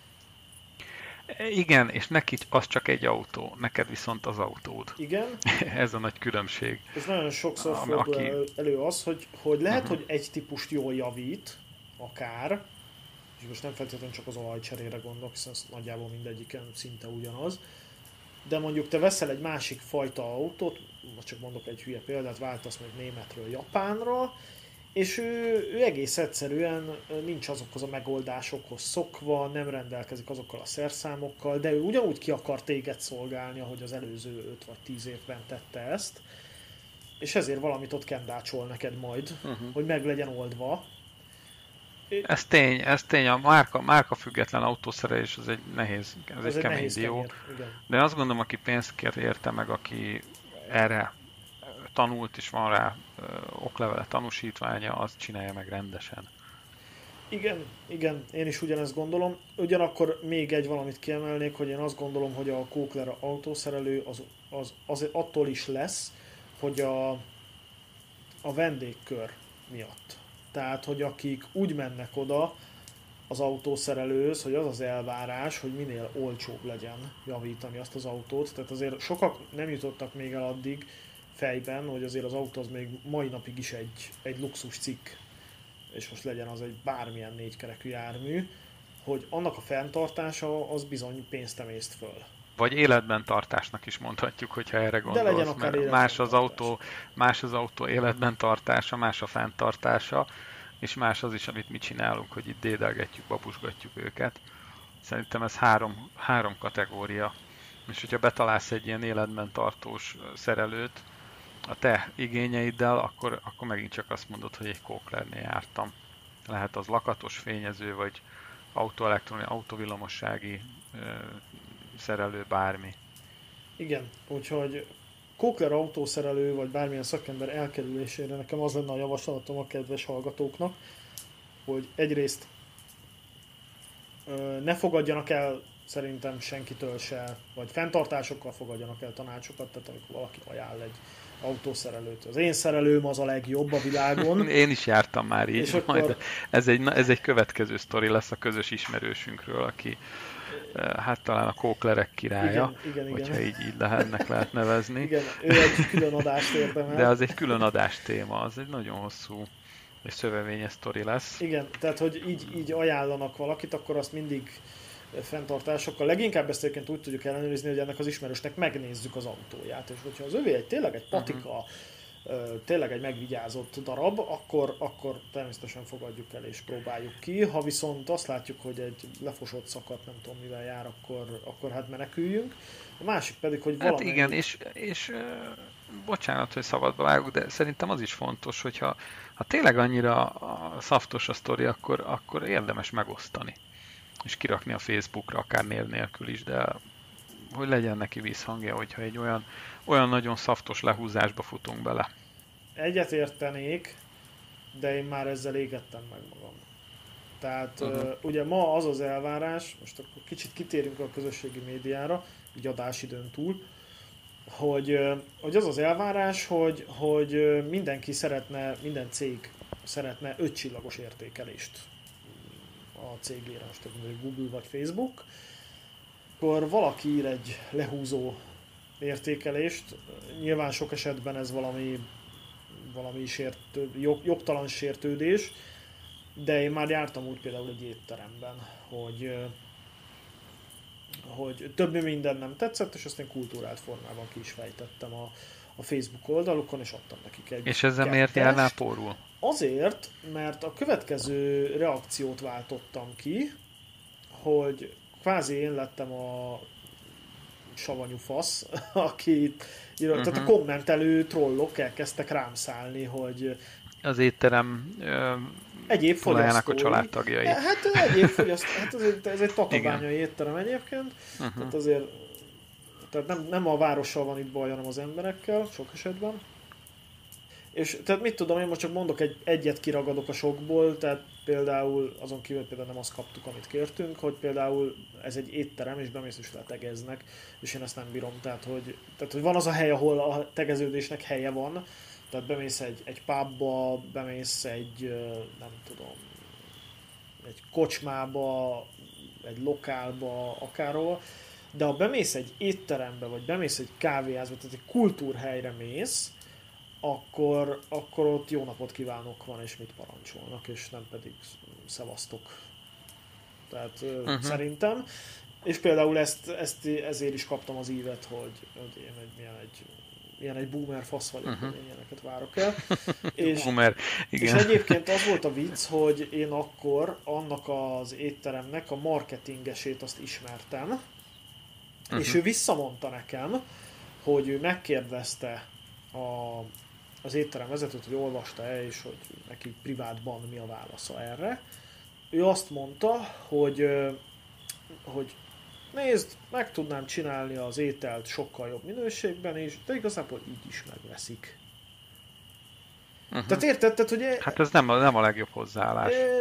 Igen, és neki az csak egy autó, neked viszont az autód. Igen. Ez a nagy különbség. És nagyon sokszor Ami, fordul aki... elő, elő az, hogy, hogy lehet, uh-huh. hogy egy típust jól javít, akár, és most nem feltétlenül csak az olajcserére gondolok, hiszen nagyjából mindegyiken szinte ugyanaz, de mondjuk te veszel egy másik fajta autót, most csak mondok egy hülye példát, váltasz meg németről Japánra, és ő, ő egész egyszerűen nincs azokhoz a megoldásokhoz szokva, nem rendelkezik azokkal a szerszámokkal, de ő ugyanúgy ki akar téged szolgálni, ahogy az előző öt vagy tíz évben tette ezt, és ezért valamit ott kendácsol neked majd, uh-huh. hogy meg legyen oldva. Ez tény, ez tény, a márka, márka független autószerelés az egy nehéz, ez, ez egy, egy kemény dió. De én azt gondolom, aki pénzt kér érte meg, aki erre tanult és van rá ö, oklevele tanúsítványa, az csinálja meg rendesen. Igen, igen, én is ugyanezt gondolom. Ugyanakkor még egy valamit kiemelnék, hogy én azt gondolom, hogy a Kókler autószerelő az, az, az attól is lesz, hogy a, a vendégkör miatt. Tehát, hogy akik úgy mennek oda az autószerelőhöz, hogy az az elvárás, hogy minél olcsóbb legyen javítani azt az autót. Tehát azért sokak nem jutottak még el addig, fejben, hogy azért az autó az még mai napig is egy, egy luxus cikk, és most legyen az egy bármilyen négykerekű jármű, hogy annak a fenntartása az bizony pénzt emészt föl. Vagy életben tartásnak is mondhatjuk, hogyha erre gondolsz. De legyen akár mert más az, autó, más az autó életben tartása, más a fenntartása, és más az is, amit mi csinálunk, hogy itt dédelgetjük, babusgatjuk őket. Szerintem ez három, három kategória. És hogyha betalálsz egy ilyen életben tartós szerelőt a te igényeiddel, akkor, akkor megint csak azt mondod, hogy egy Kóklernél jártam. Lehet az lakatos fényező, vagy autóelektroni, autóvillamossági ö, szerelő, bármi. Igen, úgyhogy Kókler autószerelő, vagy bármilyen szakember elkerülésére nekem az lenne a javaslatom a kedves hallgatóknak, hogy egyrészt ö, ne fogadjanak el szerintem senkitől se, vagy fenntartásokkal fogadjanak el tanácsokat, tehát amikor valaki ajánl egy autószerelőt. Az én szerelőm az a legjobb a világon. Én is jártam már így, és majd akkor... ez, egy, ez egy következő sztori lesz a közös ismerősünkről, aki hát talán a Kóklerek királya, igen, igen, hogyha igen. így, így lehetnek lehet nevezni. Igen, ő egy külön adást érdemel. De az egy külön adás téma, az egy nagyon hosszú és szövevényes sztori lesz. Igen, tehát hogy így, így ajánlanak valakit, akkor azt mindig fenntartásokkal. Leginkább ezt egyébként úgy tudjuk ellenőrizni, hogy ennek az ismerősnek megnézzük az autóját, és hogyha az övé egy tényleg egy patika, uh-huh. tényleg egy megvigyázott darab, akkor, akkor természetesen fogadjuk el és próbáljuk ki. Ha viszont azt látjuk, hogy egy lefosott szakadt, nem tudom mivel jár, akkor, akkor hát meneküljünk. A másik pedig, hogy valami... Hát igen, és, és uh, bocsánat, hogy szabadba vágok, de szerintem az is fontos, hogyha ha tényleg annyira a szaftos a sztori, akkor, akkor érdemes megosztani. És kirakni a Facebookra, akár név nélkül is, de hogy legyen neki vízhangja, hogyha egy olyan, olyan nagyon szaftos lehúzásba futunk bele. Egyet értenék, de én már ezzel égettem meg magam. Tehát uh-huh. uh, ugye ma az az elvárás, most akkor kicsit kitérünk a közösségi médiára, így adásidőn túl, hogy, uh, hogy az az elvárás, hogy, hogy uh, mindenki szeretne, minden cég szeretne öt csillagos értékelést a cégére, most mondjuk Google vagy Facebook, akkor valaki ír egy lehúzó értékelést, nyilván sok esetben ez valami, valami sértő, jog, jogtalan sértődés, de én már jártam úgy például egy étteremben, hogy, hogy több minden nem tetszett, és azt én kultúrált formában ki is fejtettem a, a Facebook oldalukon, és adtam nekik egy És ezzel miért kettest. járnál pórul? Azért, mert a következő reakciót váltottam ki, hogy kvázi én lettem a savanyú fasz, aki uh-huh. tehát a kommentelő trollok elkezdtek rám szállni, hogy az étterem ö, egyéb fogyasztói, a családtagjai. Hát egyéb fogyasztói, hát ez egy, ez egy tatabányai étterem egyébként, uh-huh. tehát azért tehát nem, nem a várossal van itt baj, hanem az emberekkel, sok esetben. És tehát mit tudom, én most csak mondok egy, egyet kiragadok a sokból, tehát például azon kívül például nem azt kaptuk, amit kértünk, hogy például ez egy étterem, és bemész és letegeznek, és én ezt nem bírom, tehát hogy, tehát hogy van az a hely, ahol a tegeződésnek helye van, tehát bemész egy, egy pubba, bemész egy, nem tudom, egy kocsmába, egy lokálba, akárhol, de ha bemész egy étterembe, vagy bemész egy kávéházba, tehát egy kultúrhelyre mész, akkor, akkor ott jó napot kívánok van, és mit parancsolnak, és nem pedig szevasztok. Tehát uh-huh. szerintem. És például ezt, ezt, ezért is kaptam az ívet, hogy, hogy én egy, milyen egy, milyen egy boomer fasz vagyok, uh-huh. hogy én ilyeneket várok el. és, boomer, igen. És egyébként az volt a vicc, hogy én akkor annak az étteremnek a marketingesét azt ismertem, uh-huh. és ő visszamondta nekem, hogy ő megkérdezte a, az étterem vezetőt, hogy olvasta-e, és hogy neki privátban mi a válasza erre. Ő azt mondta, hogy, hogy nézd, meg tudnám csinálni az ételt sokkal jobb minőségben is, de igazából így is megveszik. Uh-huh. Tehát érted? Tehát, hogy hát ez nem a, nem a legjobb hozzáállás. E,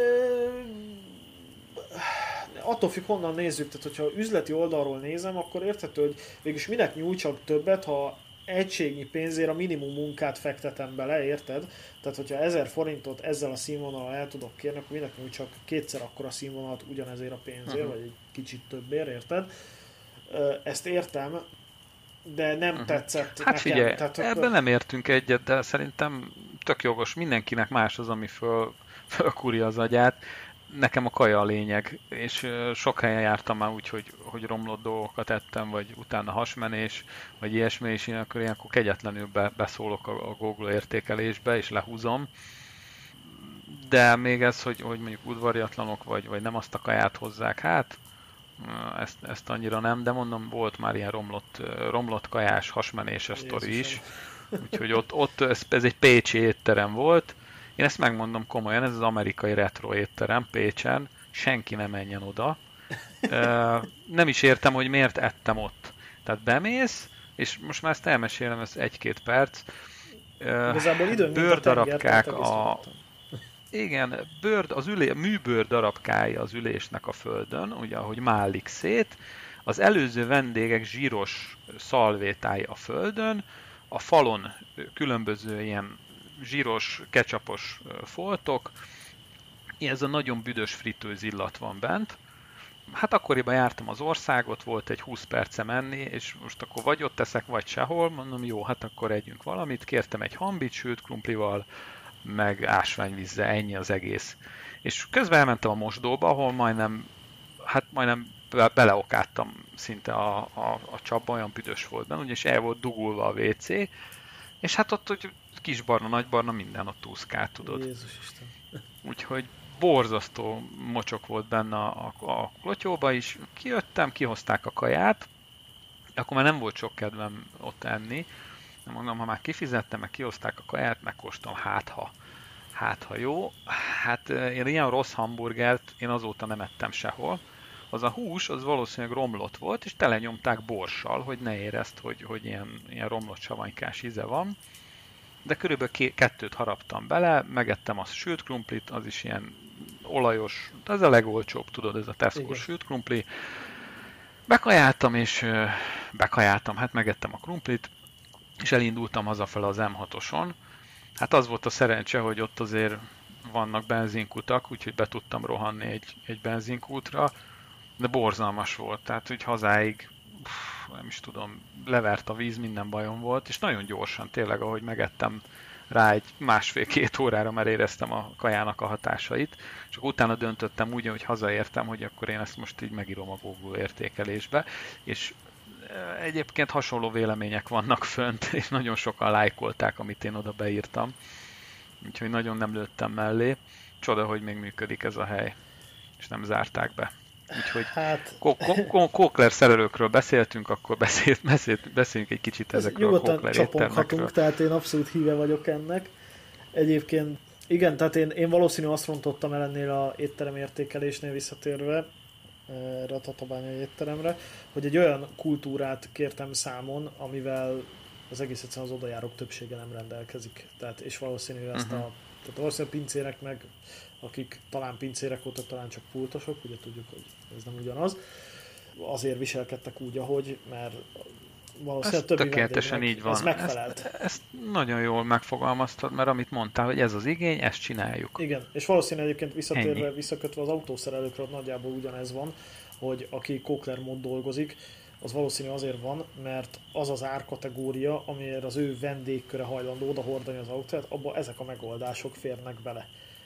attól függ, honnan nézzük, tehát hogyha üzleti oldalról nézem, akkor érthető, hogy végülis minek nyújtsak többet, ha egységnyi pénzért a minimum munkát fektetem bele, érted? Tehát, hogyha ezer forintot ezzel a színvonalal el tudok kérni, akkor minek nyújtsak kétszer akkora színvonalat ugyanezért a pénzért, uh-huh. vagy egy kicsit többért, érted? Ezt értem, de nem uh-huh. tetszett hát nekem. Figyelj, Tehát ebben akkor... nem értünk egyet, de szerintem tök jogos, mindenkinek más az, ami föl, fölkúrja az agyát. Nekem a kaja a lényeg, és sok helyen jártam már úgy, hogy, hogy romlott dolgokat ettem, vagy utána hasmenés, vagy ilyesmi, és én akkor ilyenkor kegyetlenül be, beszólok a, a Google értékelésbe, és lehúzom. De még ez, hogy, hogy mondjuk udvariatlanok, vagy, vagy nem azt a kaját hozzák, hát ezt, ezt annyira nem, de mondom, volt már ilyen romlott, romlott kajás, hasmenéses sztori is. Úgyhogy ott, ott ez, ez egy pécsi étterem volt. Én ezt megmondom komolyan, ez az amerikai retro étterem Pécsen, senki nem menjen oda. Nem is értem, hogy miért ettem ott. Tehát bemész, és most már ezt elmesélem, ez egy-két perc. Igazából időnként bőrdarabkák a... Igen, bőr, az ülé, műbőr darabkái az ülésnek a földön, ugye ahogy málik szét, az előző vendégek zsíros szalvétái a földön, a falon különböző ilyen zsíros, ketchupos foltok, ez a nagyon büdös fritőz illat van bent. Hát akkoriban jártam az országot, volt egy húsz perce menni, és most akkor vagy ott teszek, vagy sehol, mondom, jó, hát akkor együnk valamit, kértem egy hambit sült krumplival, meg ásványvízzel, ennyi az egész. És közben elmentem a mosdóba, ahol majdnem, hát majdnem beleokádtam szinte a, a, a csapba, olyan büdös volt benne, és el volt dugulva a vé cé, és hát ott hogy kis barna, nagy barna, minden ott úszkált, tudod. Jézus Isten. Úgyhogy borzasztó mocsok volt benne a, a, a klotyóba is. Kijöttem, kihozták a kaját, akkor már nem volt sok kedvem ott enni. Nem mondom, ha már kifizettem, meg kihozták a kaját, megkóstolom, hát ha. Hát ha jó. Hát én ilyen rossz hamburgert én azóta nem ettem sehol. Az a hús, az valószínűleg romlott volt, és telenyomták borssal, hogy ne érezd, hogy, hogy ilyen, ilyen romlott savanykás íze van. De körülbelül ké- kettőt haraptam bele, megettem a sült krumplit, az is ilyen olajos, ez a legolcsóbb, tudod, ez a Tesco sült krumpli. Bekajáltam, és bekajáltam, hát megettem a krumplit, és elindultam hazafele az em hatoson. Hát az volt a szerencse, hogy ott azért vannak benzinkutak, úgyhogy be tudtam rohanni egy, egy benzinkútra, de borzalmas volt, tehát hogy hazáig, pff, nem is tudom, levert a víz, minden bajom volt, és nagyon gyorsan, tényleg, ahogy megettem rá egy másfél-két órára, már éreztem a kajának a hatásait, csak utána döntöttem úgy, hogy hazaértem, hogy akkor én ezt most így megírom a Google értékelésbe, és egyébként hasonló vélemények vannak fönt, és nagyon sokan lájkolták, amit én oda beírtam, úgyhogy nagyon nem lőttem mellé. Csoda, hogy még működik ez a hely, és nem zárták be. Úgyhogy hát... Kokler szerelőkről beszéltünk, akkor beszélt, beszélt, beszéljünk egy kicsit ezekről a Kokler éttermekről. Tehát én abszolút híve vagyok ennek. Egyébként igen, tehát én, én valószínű azt rontottam el ennél a étterem értékelésnél visszatérve, erre a tatabányai étteremre, hogy egy olyan kultúrát kértem számon, amivel az egész egyszerűen az odajárók többsége nem rendelkezik. Tehát, és valószínű ezt uh-huh. a tehát valószínűleg pincérek meg, akik talán pincérek óta, talán csak pultosok, ugye tudjuk, hogy ez nem ugyanaz, azért viselkedtek úgy, ahogy, mert valószínűleg többi tökéletesen így van. Ez megfelelt. Ezt, ezt nagyon jól megfogalmaztad, mert amit mondtál, hogy ez az igény, ezt csináljuk. Igen, és valószínűleg egyébként visszatérve, Ennyi. visszakötve az autószerelőkről nagyjából ugyanez van, hogy aki Kokler mód dolgozik, az valószínű azért van, mert az az árkategória, amire az ő vendégköre hajlandó odahordani az autót, abban ezek a megoldások férnek bele.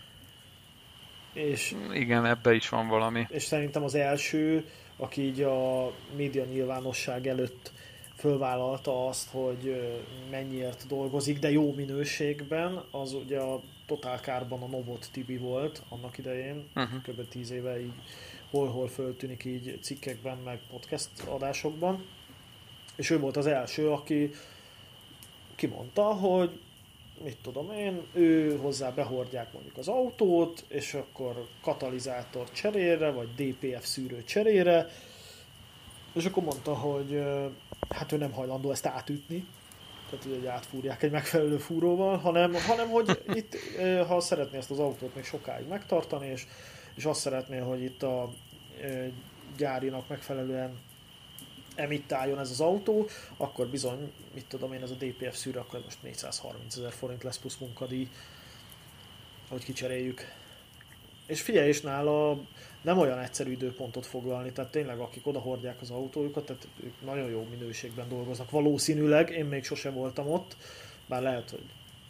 És, igen, ebbe is van valami. És szerintem az első, aki így a média nyilvánosság előtt fölvállalta azt, hogy mennyiért dolgozik, de jó minőségben, az ugye a Total Car-ban a Novot Tibi volt annak idején, uh-huh. kb. tíz éve így hol-hol föltűnik így cikkekben, meg podcast adásokban. És ő volt az első, aki kimondta, hogy mit tudom én, ő hozzá behordják mondjuk az autót, és akkor katalizátor cserére, vagy dé pé ef szűrő cserére, és akkor mondta, hogy hát ő nem hajlandó ezt átütni, tehát hogy átfúrják egy megfelelő fúróval, hanem, hanem hogy itt, ha szeretné ezt az autót még sokáig megtartani, és, és azt szeretné, hogy itt a gyárinak megfelelően emittáljon ez az autó, akkor bizony, mit tudom én, ez a dé pé ef szűrő, akkor most négyszázharmincezer forint lesz plusz munkadíj, hogy kicseréljük. És figyelj, és nála nem olyan egyszerű időpontot foglalni, tehát tényleg akik odahordják az autójukat, tehát ők nagyon jó minőségben dolgoznak. Valószínűleg, én még sose voltam ott, bár lehet, hogy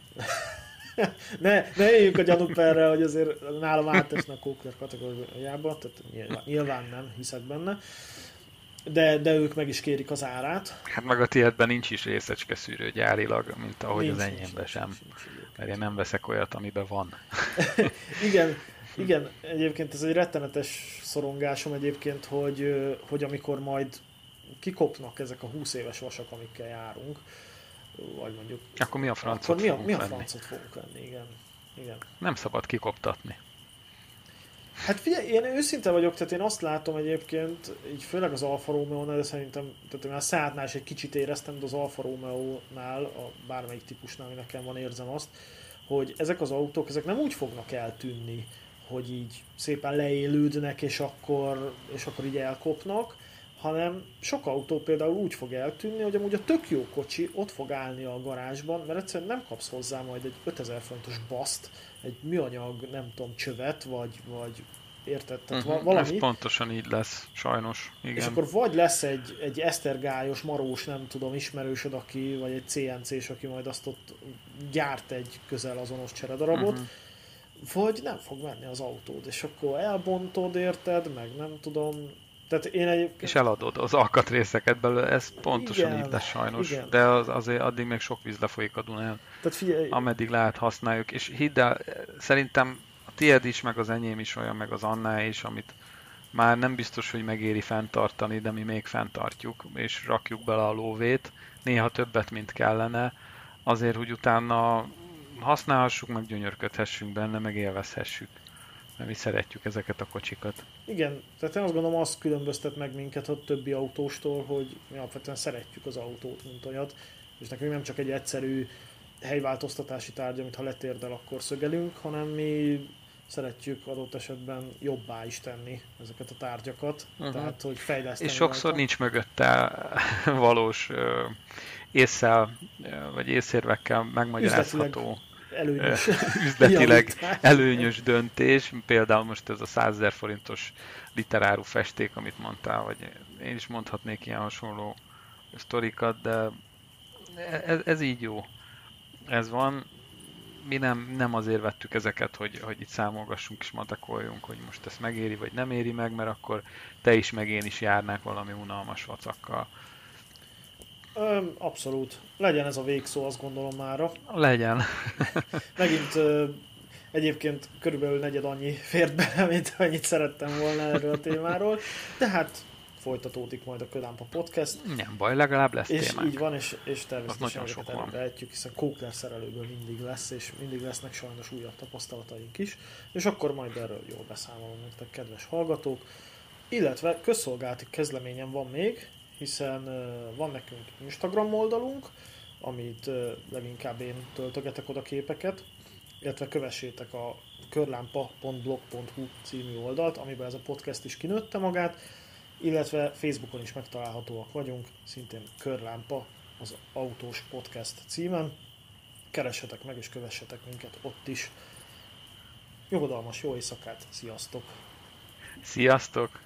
ne, ne éljünk a gyanúperre, hogy azért nálam átesne a Kókler kategóriába, tehát nyilván, nyilván nem hiszek benne. De, de ők meg is kérik az árát. Hát meg a tiédben nincs is részecske szűrő gyárilag, mint ahogy nincs, az enyémben sem. Nincs, nincs, nincs, mert én nem veszek olyat, amiben van. igen, igen, egyébként ez egy rettenetes szorongásom egyébként, hogy, hogy amikor majd kikopnak ezek a húsz éves vasak, amikkel járunk, vagy mondjuk... Akkor mi a francot akkor mi a, fogunk mi a venni? francot fogunk venni, igen. igen. Nem szabad kikoptatni. Hát figyelj, én őszinte vagyok, tehát én azt látom egyébként, így főleg az Alfa Romeo-nál, de szerintem, tehát én a Seatnál is egy kicsit éreztem, de az Alfa Romeo-nál, a bármelyik típusnál, ami nekem van, érzem azt, hogy ezek az autók, ezek nem úgy fognak eltűnni, hogy így szépen leélődnek, és akkor, és akkor így elkopnak, hanem sok autó például úgy fog eltűnni, hogy amúgy a tök jó kocsi ott fog állni a garázsban, mert egyszerűen nem kapsz hozzá majd egy ötezer forintos baszt, egy műanyag, nem tudom, csövet, vagy, vagy érted? Tehát uh-huh, valami. Ez pontosan így lesz, sajnos. Igen. És akkor vagy lesz egy, egy esztergályos, marós, nem tudom, ismerősöd, aki, vagy egy cé en cés, aki majd azt ott gyárt egy közel azonos cseredarabot, uh-huh. vagy nem fog menni az autód, és akkor elbontod, érted, meg nem tudom. Tehát én egyébként... És eladod az alkatrészeket belőle, ez pontosan igen, így lesz sajnos, igen. De az, azért addig még sok víz lefolyik a Dunán, tehát figyelj... ameddig lehet használjuk, és hidd el, szerintem a tiéd is, meg az enyém is olyan, meg az Anná is, amit már nem biztos, hogy megéri fenntartani, de mi még fenntartjuk, és rakjuk bele a lóvét, néha többet, mint kellene, azért, hogy utána használhassuk, meg gyönyörködhessünk benne, meg élvezhessük. Mert mi szeretjük ezeket a kocsikat. Igen, tehát én azt gondolom, azt különböztet meg minket a többi autóstól, hogy mi alapvetően szeretjük az autót, mint olyat, és nekünk nem csak egy egyszerű helyváltoztatási tárgy, amit ha letérdel, akkor szögelünk, hanem mi szeretjük adott esetben jobbá is tenni ezeket a tárgyakat, uh-huh. tehát hogy fejleszteni. És sokszor rajta. Nincs mögötte valós uh, ésszel, uh, vagy észérvekkel megmagyarázható előnyös. üzletileg előnyös döntés, például most ez a százezer forintos literáru festék, amit mondtál, vagy én is mondhatnék ilyen hasonló sztorikat, de ez, ez így jó. Ez van. Mi nem, nem azért vettük ezeket, hogy, hogy itt számolgassunk és matekoljunk, hogy most ezt megéri, vagy nem éri meg, mert akkor te is meg én is járnák valami unalmas vacakkal. Abszolút. Legyen ez a végszó, azt gondolom mára. Legyen. Megint egyébként körülbelül negyed annyi fért bele, mint annyit szerettem volna erről a témáról. De hát folytatódik majd a Ködámpa Podcast. Nem baj, legalább lesz és témánk. Így van, és, és természetesen ezeket előrehetjük, hiszen Kókler szerelőből mindig lesz, és mindig lesznek sajnos újabb tapasztalataink is. És akkor majd erről jól beszámolom nektek, kedves hallgatók. Illetve közszolgálati közleményem van még, hiszen uh, van nekünk Instagram oldalunk, amit uh, leginkább én töltögetek oda képeket, illetve kövessétek a körlámpa pont blog pont hu című oldalt, amiben ez a podcast is kinőtte magát, illetve Facebookon is megtalálhatóak vagyunk, szintén Körlámpa, az autós podcast címen. Keressetek meg és kövessetek minket ott is. Nyugodalmas jó éjszakát, sziasztok! Sziasztok!